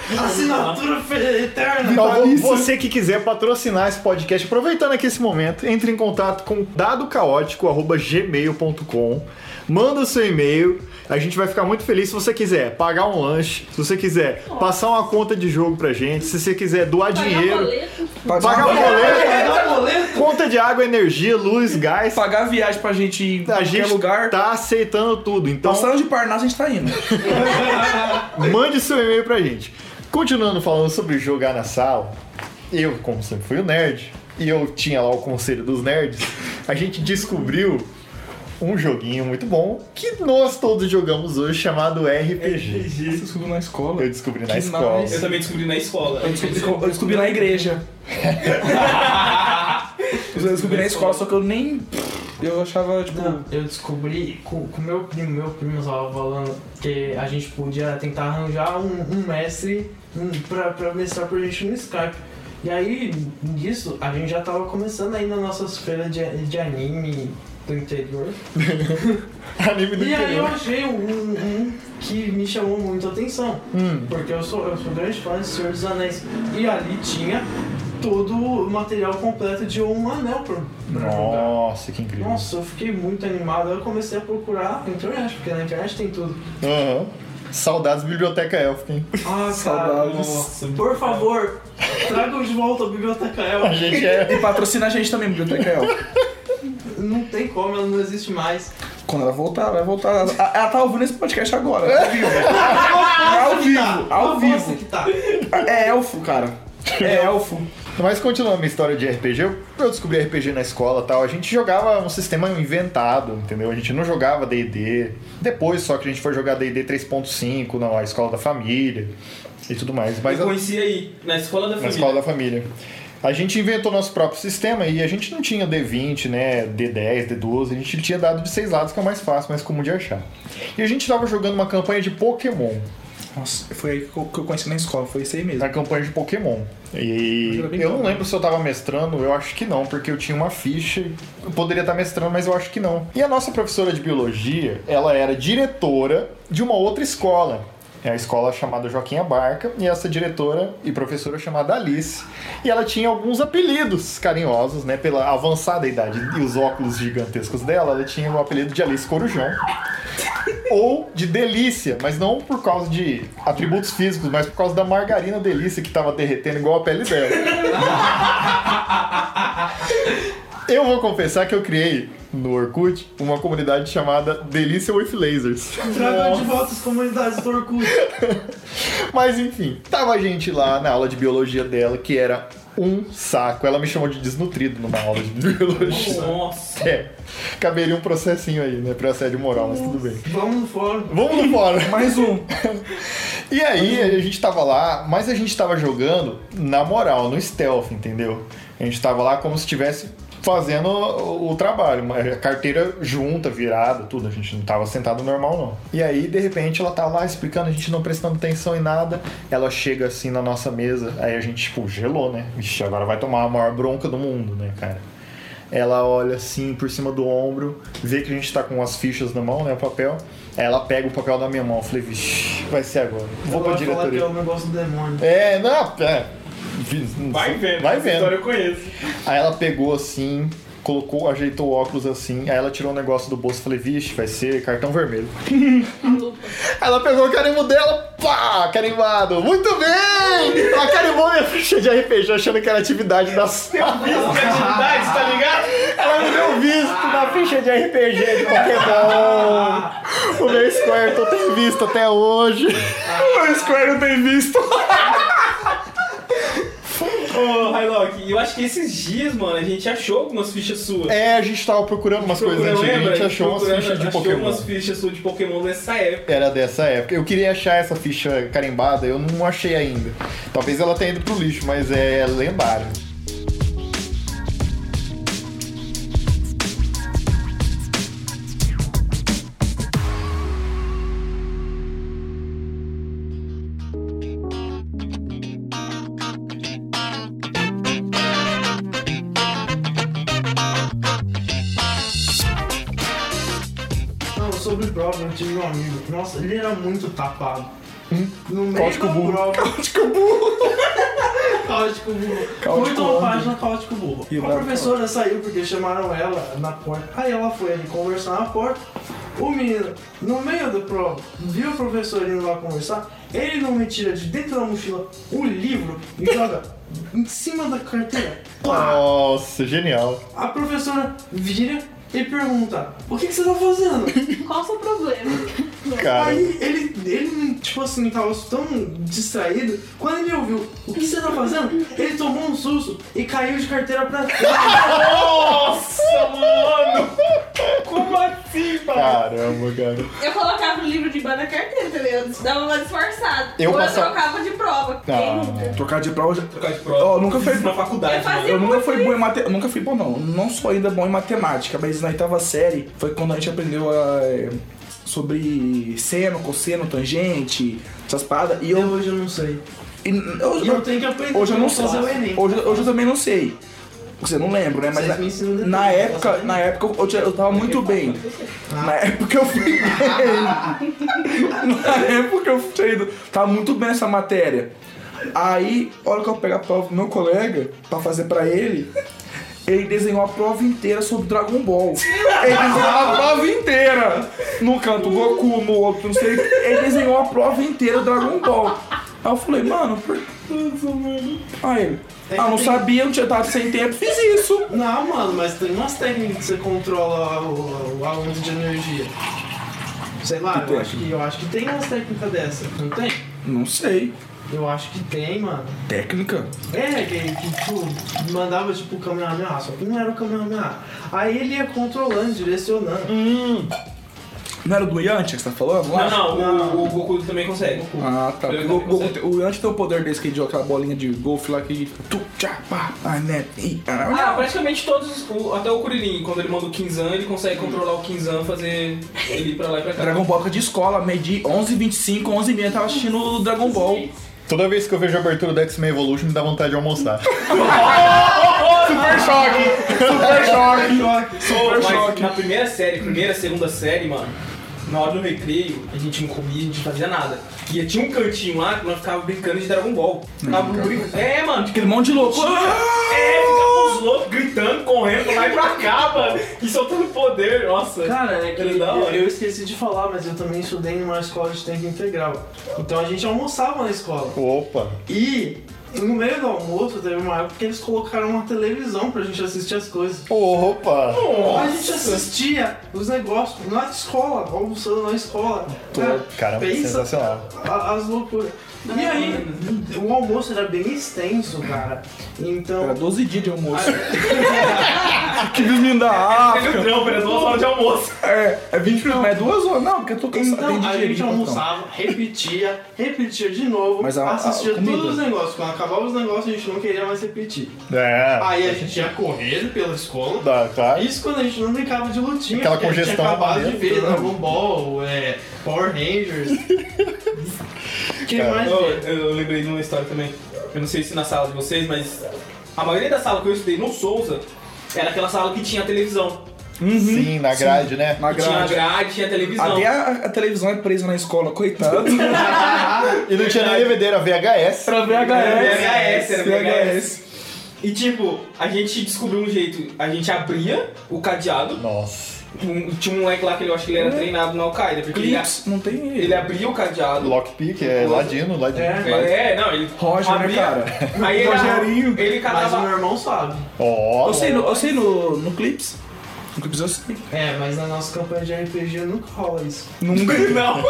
Assinatura eterna. Então, você que quiser patrocinar esse podcast, aproveitando aqui esse momento, entre em contato com dado caótico arroba gmail ponto com, manda o seu e-mail, a gente vai ficar muito feliz se você quiser pagar um lanche, se você quiser passar uma conta de jogo pra gente, se você quiser doar Pagar dinheiro, boleto. pagar Pagar boleto, boleto. conta de água, energia, luz, gás, Pagar a viagem pra gente ir pra a qualquer gente lugar. tá aceitando tudo, então Passando de Parnasse, a gente tá indo. mande seu e-mail pra gente. Continuando falando sobre jogar na sala, eu, como sempre fui o nerd, e eu tinha lá o conselho dos nerds, a gente descobriu um joguinho muito bom que nós todos jogamos hoje, chamado R P G. Você descobriu na escola? Eu descobri na Que escola. nice. Eu também descobri na escola. Eu descobri, eu descobri na igreja. Eu descobri na escola, só que eu nem... Eu achava, tipo... Não, eu descobri com o meu primo, meu primo estava falando que a gente podia tentar arranjar um, um mestre um, pra, pra mestrar pra gente no Skype. E aí, nisso, a gente já tava começando aí nas nossas feiras de, de anime do interior. Anime do E aí eu interior. achei um, um que me chamou muito a atenção. Hum. Porque eu sou, eu sou grande fã de Senhor dos Anéis. E ali tinha todo o material completo de Um Anel pra, pra jogar. Nossa, que incrível. Nossa, eu fiquei muito animado. Eu comecei a procurar na internet, porque na internet tem tudo. Aham. Saudades Biblioteca Élfica, hein? Ah, Saudades. Nossa, por favor, tragam de volta a Biblioteca A Elfa. gente é... E patrocina a gente também, Biblioteca Elfa. Não tem como, ela não existe mais. Quando ela voltar, vai voltar. Ela, ela tá ouvindo esse podcast agora, ao vivo. Ao vivo, ao Aposto vivo. que tá. É elfo, cara. É elfo. Mas continuando a minha história de R P G, eu, eu descobri R P G na escola e tal. A gente jogava um sistema inventado, entendeu? A gente não jogava D e D. Depois só que a gente foi jogar D e D três ponto cinco na escola da família e tudo mais. Mas eu conheci aí, na escola da na família. escola da família. A gente inventou nosso próprio sistema e a gente não tinha D vinte, né, D dez, D doze, a gente tinha dado de seis lados, que é o mais fácil, mais comum de achar. E a gente tava jogando uma campanha de Pokémon. Nossa, foi aí que eu que eu conheci na escola, foi isso aí mesmo. Na campanha de Pokémon. E Era bem eu não bom. lembro se eu tava mestrando, eu acho que não, porque eu tinha uma ficha, eu poderia estar mestrando, mas eu acho que não. E a nossa professora de biologia, ela era diretora de uma outra escola. É a escola chamada Joaquim Abarca, e essa diretora e professora chamada Alice. E ela tinha alguns apelidos carinhosos, né, pela avançada idade e os óculos gigantescos dela, ela tinha o apelido de Alice Corujão. Ou de Delícia, mas não por causa de atributos físicos, mas por causa da margarina Delícia que tava derretendo igual a pele dela. Eu vou confessar que eu criei no Orkut uma comunidade chamada Delícia with Lasers. Tragam de volta as comunidades do Orkut. Mas enfim, tava a gente lá na aula de biologia dela, que era um saco. Ela me chamou de desnutrido numa aula de biologia. Nossa. É, caberia um processinho aí, né, pra assédio moral, mas tudo bem. Vamos no fórum. Vamos no fora. Mais um. E aí a gente tava lá, mas a gente tava jogando na moral, no stealth, entendeu? A gente tava lá como se estivesse fazendo o, o trabalho, uma carteira junta, virada, tudo. A gente não tava sentado normal, não. E aí, de repente, ela tá lá explicando, a gente não prestando atenção em nada. Ela chega assim na nossa mesa, aí a gente, tipo, gelou, né? Ixi, agora vai tomar a maior bronca do mundo, né, cara? Ela olha assim por cima do ombro, vê que a gente tá com as fichas na mão, né, o papel. Aí ela pega o papel da minha mão. Eu falei, vixi, vai ser agora. Vou pra Ela vai falar que diretoria. é o negócio do demônio. É, não, é. Vai vendo. Vai essa vendo. história eu conheço. Aí ela pegou assim, colocou, ajeitou o óculos assim, aí ela tirou um negócio do bolso e falei, vixe, vai ser cartão vermelho. Aí ela pegou o carimbo dela, pá, carimbado. Muito bem! Ela carimbou minha ficha de R P G achando que era atividade da sala. Criatividade, tá ligado? Ela me deu visto na ficha de R P G de Pokémon. O meu Squirtle tem visto até hoje. O meu Squirtle tem visto. Ô, Hylock, eu acho que esses dias, mano, a gente achou algumas fichas suas. É, a gente tava procurando umas coisas Procurando, antigas, a lembra? gente achou umas Procurando, fichas de achou Pokémon. umas fichas suas de Pokémon dessa época. Era dessa época. Eu queria achar essa ficha carimbada, eu não achei ainda. Talvez ela tenha ido pro lixo, mas é lendário. Não, sobre prova, eu tive um amigo. Nossa, ele era muito tapado. No meio Cáustico da burro. prova. Cáustico burro. Cáustico burro. Cáustico Muito uma onde? página cáustico burro. E A lá, professora saiu porque chamaram ela na porta. Aí ela foi ali conversar na porta. O menino, no meio da prova, viu o professor indo lá conversar. Ele não me tira de dentro da mochila o livro e joga em cima da carteira. Pá! Nossa, genial. A professora vira e pergunta: o que, que você tá fazendo? Qual o seu problema? Cara, Aí ele, ele, tipo assim, tava tão distraído. Quando ele ouviu o que você tá fazendo, ele tomou um susto e caiu de carteira pra trás. Nossa, mano! Como assim, pai? caramba, cara. Eu colocava o livro debaixo da carteira, entendeu? Eu dava uma disfarçada. Eu Ou passava- eu trocava de prova. Quem Ah. nunca? Trocar de prova. já- Trocar de prova. Ó, nunca Fiz foi- isso na faculdade. Eu fazia- mano. Eu nunca muito fui isso. bom em matemática. Nunca fui bom, não. Não sou ainda bom em matemática, mas na oitava série foi quando a gente aprendeu a, é, sobre seno, cosseno, tangente, essas paradas. E Eu eu. hoje eu não sei. E, eu, E eu tenho que aprender hoje eu não pra sei. fazer o Enem. Hoje, hoje eu também não sei. Você não lembro, né? Mas Vocês na, me ensinam depois, na eu época, posso aprender. na época eu, tinha- eu tava muito bem. Na época eu fui bem. Na época eu tinha ido. Tava muito bem nessa matéria. Aí, a hora que eu pegar a prova do meu colega pra fazer pra ele, ele desenhou a prova inteira sobre Dragon Ball. Ele desenhou a prova inteira. No canto Goku, no outro, não sei. Ele desenhou a prova inteira do Dragon Ball. Aí eu falei, mano, por... Aí ele, ah, não sabia, não tinha dado sem tempo, fiz isso. Não, mano, mas tem umas técnicas que você controla o, o aumento de energia. Sei lá, Que eu acho, que, eu acho que tem umas técnicas dessas, não tem? Não sei. Eu acho que tem, mano. Técnica? É, que, que tipo, mandava tipo o Kamehameha, só que não era o Kamehameha. Aí ele ia controlando, direcionando. Não era do Yantia que você tá falando? Não, não, o, o Goku também consegue. Ah, tá. Ele O, consegue. o, o Yantia tem o poder desse que ele joga aquela bolinha de golfe lá que fica tu, tchá, pá, ah, né, e, Ah, ah, praticamente todos, o- até o Kuririn, quando ele manda o Kinzan, ele consegue controlar o Kinzan, fazer ele ir pra lá e pra cá. Dragon Ball época de escola, meio de onze e vinte e cinco, onze e meia, tava assistindo o Dragon Ball. Toda vez que eu vejo a abertura do X-Men Evolution, me dá vontade de almoçar. Super choque! Super choque! Pô, Super mas choque! na primeira série, primeira, segunda série, mano, na hora do recreio, a gente não comia, a gente não fazia nada. E tinha um cantinho lá que nós ficávamos brincando de Dragon Ball. Ficava brincando. É, mano, Aquele monte de louco. é, ficava os loucos gritando, correndo pra lá e pra cá, mano. E soltando poder, nossa. Cara, é que Era da hora. eu esqueci de falar, mas eu também estudei numa escola de tempo integral. Então a gente almoçava na escola. Opa! E no meio do almoço teve uma época que eles colocaram uma televisão pra gente assistir as coisas. Opa! A gente assistia os negócios na escola, almoçando na escola. Cara, Caramba, pensa sensacional. a- as loucuras. E aí, o almoço era bem extenso, cara. Então. Era doze dias de almoço. Que menino da África. Teve o trampo, era duas horas de almoço. É, é vinte minutos, mas é duas horas. Não, porque eu tô cansado. Então tem a digerido, gente então. almoçava, repetia, repetia de novo, Mas a- a assistia comida? todos os negócios. Quando acabava os negócios, a gente não queria mais repetir. É. Aí a gente ia correndo pela escola. Dá, tá? Isso quando a gente não brincava de lutinha. Aquela porque a gente congestão tinha acabado de maneira. ver Dragon Ball, é, Power Rangers. que Cara, mais Eu, ver? eu lembrei de uma história também. Eu não sei se na sala de vocês, mas a maioria da sala que eu estudei no Souza era aquela sala que tinha televisão. Sim, na grade, né? Na Tinha grade. grade, tinha televisão. Até a, a televisão é presa na escola, coitado. E não tinha nem D V D, era V H S. Era V H Era S. V H S, era V H S. E tipo, a gente descobriu um jeito, a gente abria o cadeado, Nossa. um- tinha um moleque lá que eu acho que ele era treinado na Al-Qaeda, porque ele, Clips, não tem ele abria o cadeado. Lockpick, é ladino, ladino. É, não, ele Roger, né, abria, cara? Aí ele, Rogerinho. ele Mas o catava... meu irmão sabe. Ó. Eu sei, no, eu sei no, no Clips. No Clips eu sei. É, mas na nossa campanha de R P G nunca rola isso. Nunca. Não.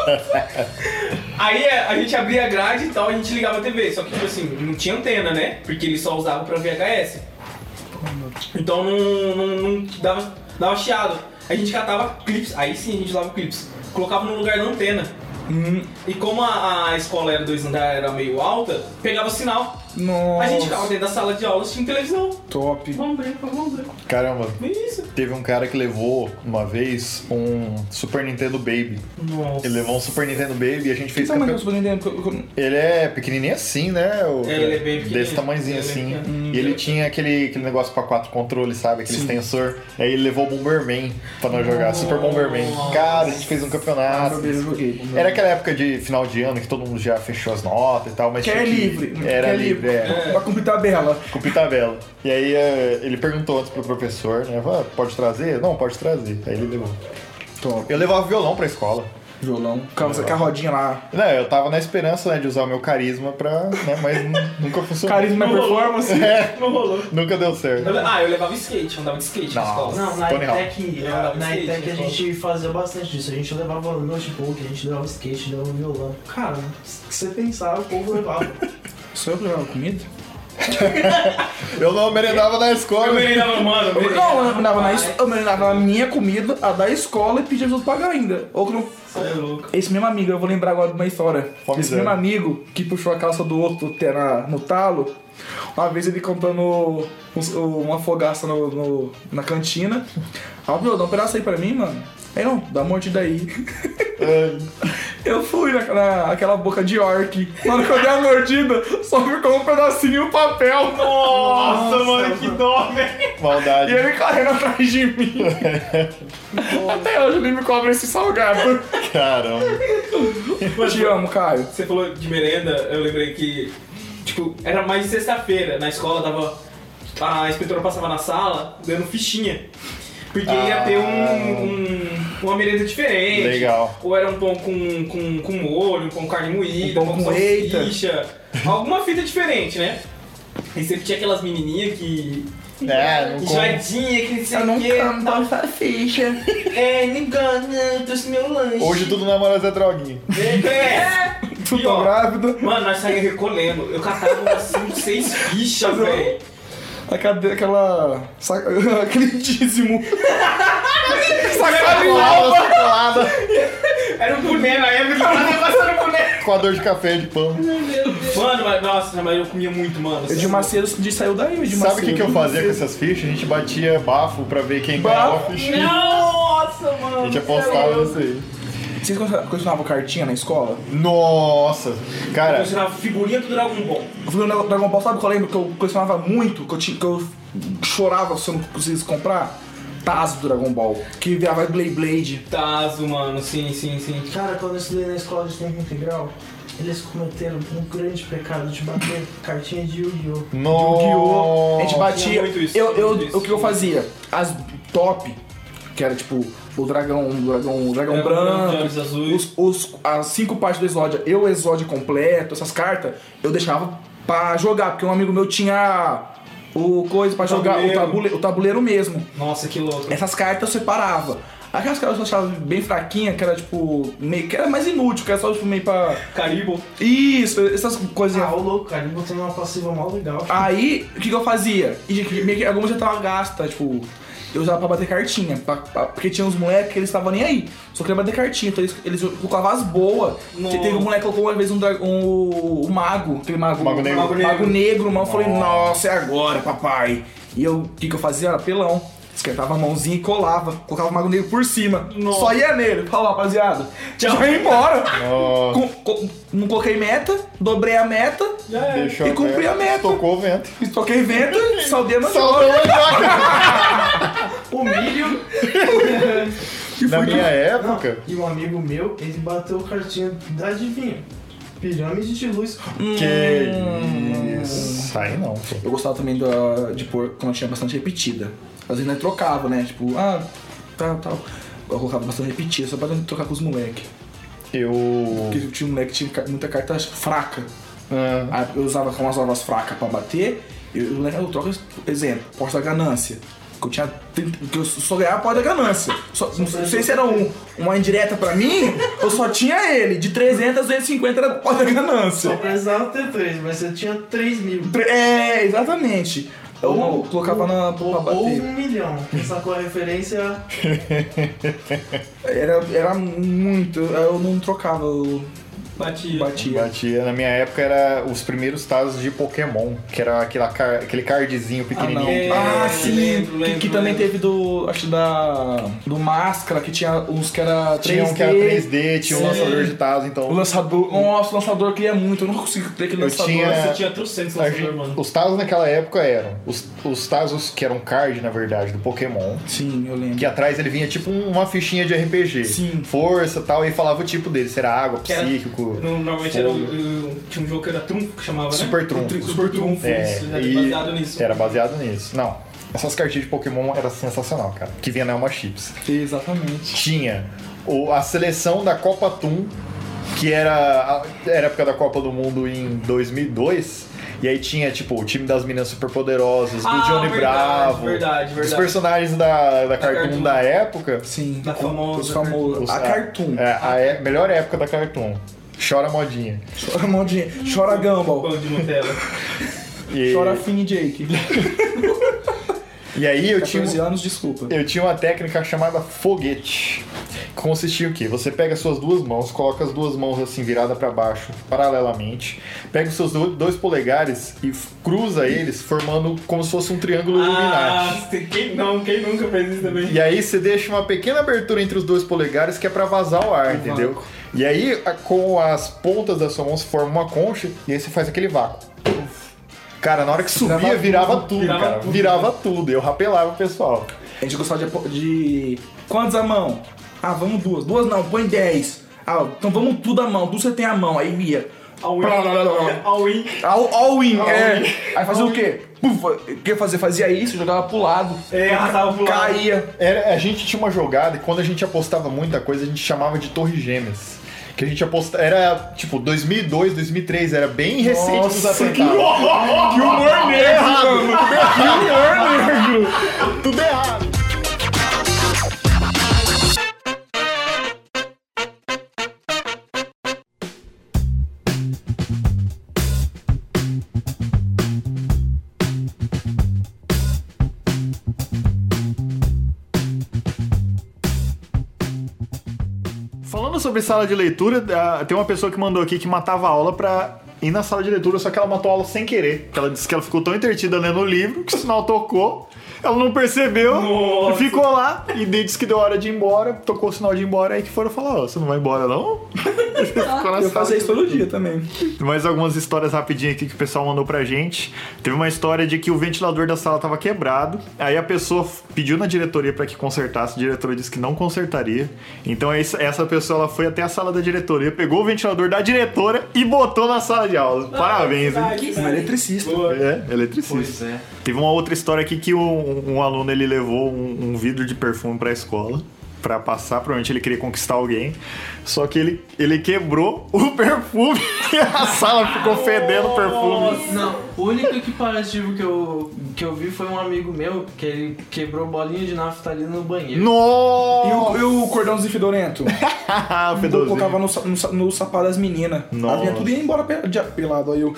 Aí é, a gente abria a grade e tal, a gente ligava a T V, só que tipo assim, não tinha antena, né? Porque ele só usava pra V H S. Então não, não, não dava, dava chiado. A gente catava clips, aí sim a gente usava clips. Colocava no lugar da antena. E como a, a escola era dois andares, era meio alta, pegava sinal. Nossa. A gente ficava dentro da sala de aula assistindo televisão. Top. Vamos brincar, vamos brincar. Caramba, Isso. teve um cara que levou uma vez um Super Nintendo Baby. Nossa. Ele levou um Super Nintendo Baby e a gente Que fez tamanho que campe- eu Super Nintendo? Ele é pequenininho assim, né? O- É, ele é bem pequenininho. Desse tamanhozinho Ele é assim. pequeno. E ele tinha aquele, aquele negócio pra quatro controles, sabe? Aquele Sim. extensor. Aí ele levou o Bomberman pra nós jogar. Super Bomberman. Cara, a gente fez um campeonato. Eu joguei. Era aquela época de final de ano que todo mundo já fechou as notas e tal, mas Que tinha é livre. Era que é livre, é. Pra cumprir tabela. Cumprir tabela. E aí eh, ele perguntou antes pro professor, né? "Ah, pode trazer? Não, pode trazer. Aí ele levou. Top. Eu levava violão pra escola. Violão. Com a com a rodinha lá. Não, eu tava na esperança, né, de usar o meu carisma pra. Né, mas n- nunca funcionou. Carisma e Não rolou. performance. É, Não rolou. nunca deu certo. Eu le- Ah, eu levava skate, eu andava de skate na Nossa. escola. Não, na Tony Hawk. ITEC, Eu na, andava na de skate, ITEC a eu gente fazia bastante disso. A gente levava notebook, a gente levava skate, levava violão. Cara, se você pensar, o povo levava. Só eu que levava comida? Eu não merendava na Eu escola. merendava, mano. eu Eu, merendava. não, eu merendava, na, es- eu merendava a minha comida, a da escola e pedia os outros pagar ainda. Ou que não. Você é louco. Esse mesmo amigo, eu vou lembrar agora de uma história. Fome Esse zero. mesmo amigo que puxou a calça do outro até na, no talo, uma vez ele contando um- uma fogaça no, no- na cantina. Ah, meu, dá um pedaço aí pra mim, mano. Aí não, dá uma mordida aí. Eu fui na, naquela boca de orc. Na hora que eu dei a mordida, só ficou um pedacinho de papel. Nossa, mano, que dó, velho. Maldade. E ele correndo atrás de mim. Até hoje ele me cobra esse salgado. Caramba. Te amo, Caio. Você falou de merenda, eu lembrei que, tipo, era mais de sexta-feira. Na escola dava. A inspetora passava na sala dando fichinha. Porque ia ter um, um- uma merenda diferente. Legal. Ou era um pão com, com, com molho, um pão com carne moída, Um pão com salsicha. Alguma fita diferente, né? E sempre tinha aquelas menininhas que. É, não como. Enjoadinha, que não sei Eu o não quê. canto tal. essa ficha. É, não ganha, trouxe meu lanche. Hoje tudo namora Zé Droguinha. É. Tu E, tá ó, grávida. Mano, nós saímos recolhendo. Eu catava umas cinco, seis fichas, velho. Aquela. aquela sac- aquele dízimo. Sacolada, sacolada. Era um boné na época, que tava passando boné. Com a dor de café de pão. Mano, mas, nossa, mas eu comia muito, mano. O de Macedo de saiu daí, o de Macedo. Sabe o que, que eu fazia com essas fichas? A gente batia bafo pra ver quem ganhava a fichinha. Nossa, mano. A gente apostava nisso aí. Vocês colecionavam cartinha na escola? Nossa, Eu cara, colecionava figurinha do Dragon Ball. Eu fui no Dragon Ball, sabe o que eu lembro? Que eu colecionava muito, que eu, tinha, que eu chorava se eu não conseguisse comprar? Tazo do Dragon Ball. Que virava Blade Blade. Tazo, mano, sim, sim, sim. Cara, quando eu estudei na escola de tempo integral, eles cometeram um grande pecado de bater cartinha de Yu-Gi-Oh! Yu-Gi-Oh! A gente nossa. batia. tinha muito isso, eu, eu, muito isso. o que eu fazia? As top, que era tipo o dragão, o dragão, o dragão Dragão branco, branco, olhos azuis. os, os, as cinco partes do Exódia, eu, Exódia completo, essas cartas, eu deixava pra jogar, porque um amigo meu tinha o coisa pra jogar, o tabuleiro. tabuleiro, o tabuleiro mesmo. Nossa, que louco. Essas cartas eu separava. Aquelas cartas eu achava bem fraquinha, que era tipo, meio que era mais inútil, que era só tipo, meio pra. Caribo. Isso, essas coisinhas. Ah, o louco, cara, ele botou uma passiva mó legal. Aí, o que, que eu fazia? E que meio que algumas já tava gasta, tipo, eu usava pra bater cartinha, pra- pra- porque tinha uns moleques que eles estavam nem aí, só queria bater cartinha, então eles, eles colocavam as boas. Nossa. Teve um moleque que colocou uma vez um, dra- um, um mago, aquele mago, Mago negro. mago, mago negro, mano, eu falei, nossa, é agora, papai. E eu, o que, que eu fazia? Era pelão. Esquentava a mãozinha e colava, colocava o mago negro por cima. Nossa. Só ia nele. Falou, rapaziada, já ia embora. Nossa. Com- com- não coloquei meta, dobrei a meta, Já é. Deixou E cumpri a meta. Tocou o vento. toquei vento e saudei a mandioca. Saltou a O milho. E Na fui minha do- época, E um amigo meu, ele bateu cartinha da adivinha. Pirâmide de luz. que isso. Aí não, pô. Eu gostava também da, de pôr quando tinha bastante repetida. Às vezes nós trocava, né? Tipo, ah, tal, tal. Eu colocava bastante repetida, só pra não trocar com os moleques. Eu. Porque tinha um moleque que tinha ca- muita carta fraca. Ah, Aí eu usava com as ovas fracas pra bater. Eu, eu, eu troco, exemplo, Porta da Ganância. Que eu tinha. trinta que eu só ganhava a Porta da Ganância. Só, não sei se era um, uma indireta pra mim, eu só tinha ele. De trezentos a duzentos e cinquenta era Porta da Ganância. Só precisava ter três, mas você tinha três mil. Tre- É, exatamente. Eu não colocava na, pra Ou, ou bater. um milhão. Quem sacou a referência? Era, era muito. Eu não trocava. Eu, Batia. Batia. Batia. Na minha época era os primeiros tazos de Pokémon, que era aquela car... aquele cardzinho pequenininho. É, Ah, sim. lembro, lembro, que, que também lembro. teve do. Acho da. Do Máscara, que tinha uns que era Tinha três D. um que era três D, tinha um Sim. lançador de tazo, então... O lançador. Nossa, o lançador eu queria muito. Eu não consigo ter aquele Eu lançador. tinha- Você tinha trocentos A lançador, gente- mano. Os tazos naquela época eram os, os tazos que eram card, na verdade, do Pokémon. Sim, eu lembro. Que atrás ele vinha tipo uma fichinha de R P G. Sim. Força e tal, e falava o tipo dele, se era água, Que era- psíquico. No- Normalmente era o, o- tinha um jogo que era Trunfo que chamava, né? Super Trunfo. Super Trunfo, É, isso, era e baseado nisso. Era baseado nisso. Não, essas cartinhas de Pokémon era sensacional, cara. Que vinha na Elma Chips. Exatamente. Tinha o, a seleção da Copa Toon, que era a, era a época da Copa do Mundo em dois mil e dois. E aí tinha, tipo, o time das meninas superpoderosas, do Ah, Johnny verdade, Bravo. verdade, Os verdade. personagens da, da Cartoon Cartoon. da época. Sim. Da famosa Os famosos. Os- A Cartoon. É, a é- melhor época da Cartoon. Chora modinha. Chora modinha. Chora Gumball. Pão de Nutella. E, Chora Finn e Jake. e aí eu tinha, catorze anos, desculpa. eu tinha uma técnica chamada foguete. Consistia o quê? Você pega as suas duas mãos, coloca as duas mãos assim viradas para baixo, paralelamente, pega os seus do- dois polegares e f- cruza eles, formando como se fosse um triângulo Illuminati. Ah, quem, não, quem nunca fez isso também? E aí você deixa uma pequena abertura entre os dois polegares que é pra vazar o ar, entendeu? E aí a- com as pontas da sua mão se forma uma concha e aí você faz aquele vácuo. Cara, na hora que subia, Virava virava tudo, tudo, virava cara. tudo. Virava tudo. Eu rapelava o pessoal. A gente gostava de, apo- de. Quantas a mão? Ah, vamos duas. Duas não, põe dez. Ah, então vamos tudo a mão. Tudo você tem a mão. Aí ia. All in. All in. All, all in, All é. in. Aí fazia o quê? Puf, o que eu fazia? Fazia isso, jogava pro lado. É, arrastava pro lado. Caía. Era, a gente tinha uma jogada e quando a gente apostava muita coisa, a gente chamava de Torre Gêmeas. Que a gente apostava. Era tipo dois mil e dois, dois mil e três, era bem recente dos Nossa, atentados. que humor negro, mano. Que humor negro. Tudo errado. Falando sobre sala de leitura, ah, tem uma pessoa que mandou aqui que matava a aula pra ir na sala de leitura, só que ela matou a aula sem querer. Ela disse que ela ficou tão entretida lendo o livro que o sinal tocou, ela não percebeu, Nossa. ficou lá e disse que deu hora de ir embora, tocou o sinal de ir embora, aí que foram falar, ó, você não vai embora não? Ficou na Eu sala. fazia isso todo dia também. Mais algumas histórias rapidinho aqui que o pessoal mandou pra gente. Teve uma história de que o ventilador da sala tava quebrado. Aí a pessoa f- pediu na diretoria pra que consertasse. A diretora disse que não consertaria. Então essa essa pessoa ela foi até a sala da diretoria, pegou o ventilador da diretora e botou na sala de aula. Parabéns, hein? Um eletricista. É, eletricista. Pois é. Teve uma outra história aqui que um, um aluno ele levou um, um vidro de perfume pra escola pra passar, provavelmente ele queria conquistar alguém, só que ele, ele quebrou o perfume e a sala ficou fedendo perfume. Não, o único equiparativo que eu, que eu vi foi um amigo meu que ele quebrou bolinha de naftalina no banheiro. E Nossa! o, e o cordãozinho fedorento? O Eu fedorzinho. colocava no, sa- no, sa- no sapato das meninas. Nossa. Elas vinham tudo e ia embora pe- de- pelado. Aí eu.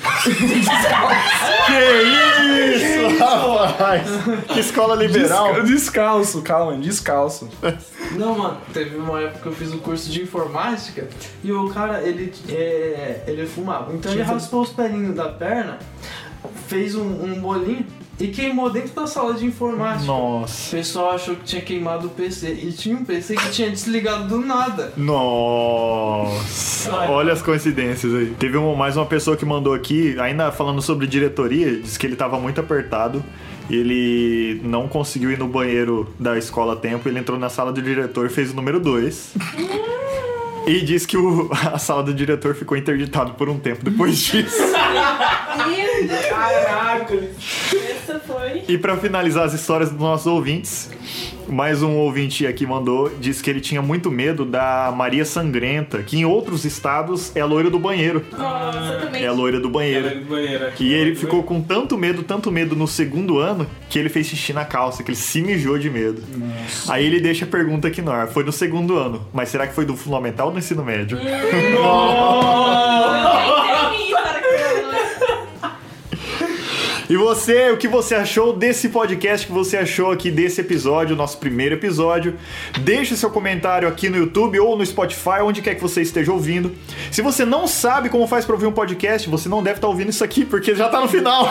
Que isso, rapaz? Que escola liberal. Desca- Descalço, calma, descalço. Não, mano, teve uma época que eu fiz o curso de informática e o cara, ele, é, ele fumava. Então ele raspou os pelinhos da perna, fez um, um bolinho e queimou dentro da sala de informática. O Nossa. pessoal achou que tinha queimado o P C e tinha um P C que tinha desligado do nada. Nossa, olha as coincidências aí. Teve um- mais uma pessoa que mandou aqui, ainda falando sobre diretoria, disse que ele tava muito apertado. Ele não conseguiu ir no banheiro da escola a tempo, ele entrou na sala do diretor e fez o número dois. E disse que o- a sala do diretor ficou interditada por um tempo depois disso. Lindo. Caraca. Essa foi. E pra finalizar as histórias dos nossos ouvintes, mais um ouvinte aqui mandou, disse que ele tinha muito medo da Maria Sangrenta, que em outros estados é a loira do banheiro. Nossa, também. É a loira do banheiro. Galera do banheiro aqui. E ele ficou com tanto medo, tanto medo no segundo ano, que ele fez xixi na calça, que ele se mijou de medo. Aí ele deixa a pergunta aqui no ar. Foi no segundo ano, mas será que foi do fundamental ou do ensino médio? Não, tem isso, para que eu- E você, o que você achou desse podcast, o que você achou aqui desse episódio, nosso primeiro episódio? Deixe seu comentário aqui no YouTube ou no Spotify, onde quer que você esteja ouvindo. Se você não sabe como faz pra ouvir um podcast, você não deve estar ouvindo isso aqui, porque já tá no final.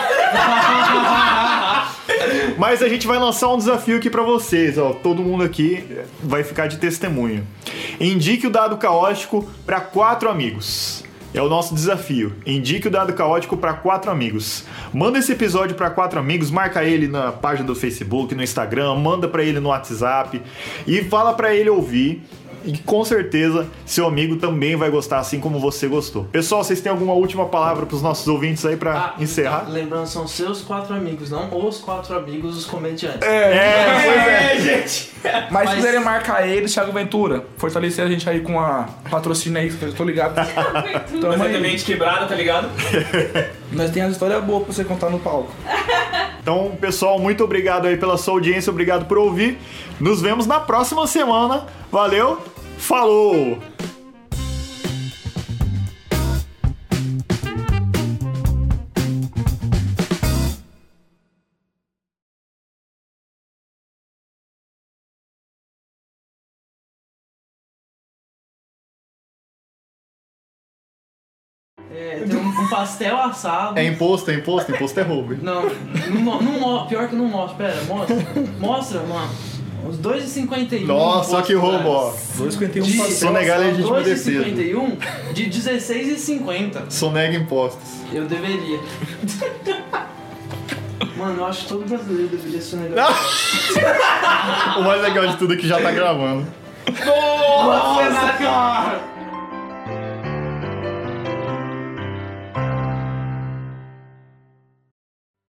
Mas a gente vai lançar um desafio aqui pra vocês, ó. Todo mundo aqui vai ficar de testemunho. Indique o dado caótico pra quatro amigos. É o nosso desafio. Indique o dado caótico para quatro amigos. Manda esse episódio para quatro amigos, marca ele na página do Facebook, no Instagram, manda para ele no WhatsApp e fala para ele ouvir. E com certeza seu amigo também vai gostar, assim como você gostou. Pessoal, vocês têm alguma última palavra para os nossos ouvintes aí para Ah, encerrar? Lembrando, são seus quatro amigos, não os quatro amigos dos comediantes. É, pois é. gente. Mas, Mas- se quiserem marcar eles, Thiago Ventura, fortalecer a gente aí com a patrocínio aí, que eu tô ligado. Tamo aí. Completamente quebrada, tá ligado? Nós temos as histórias boas pra você contar no palco. Então, pessoal, muito obrigado aí pela sua audiência, obrigado por ouvir. Nos vemos na próxima semana. Valeu, falou! É, tem um, um pastel assado. É imposto, é imposto, imposto é roubo. Não, não, mo- não mo- pior que não mostra, pera, mostra. Mostra, mano. Os dois e cinquenta e um. Nossa, só que roubo, ó. dois e cinquenta e um De- pastel. Sonegar é legítima dois e defesa. cinquenta e um de dezesseis e cinquenta. Sonega impostos. Eu deveria. Mano, eu acho que todo brasileiro deveria sonegar. O mais legal de tudo é que já tá gravando. Nossa, cara!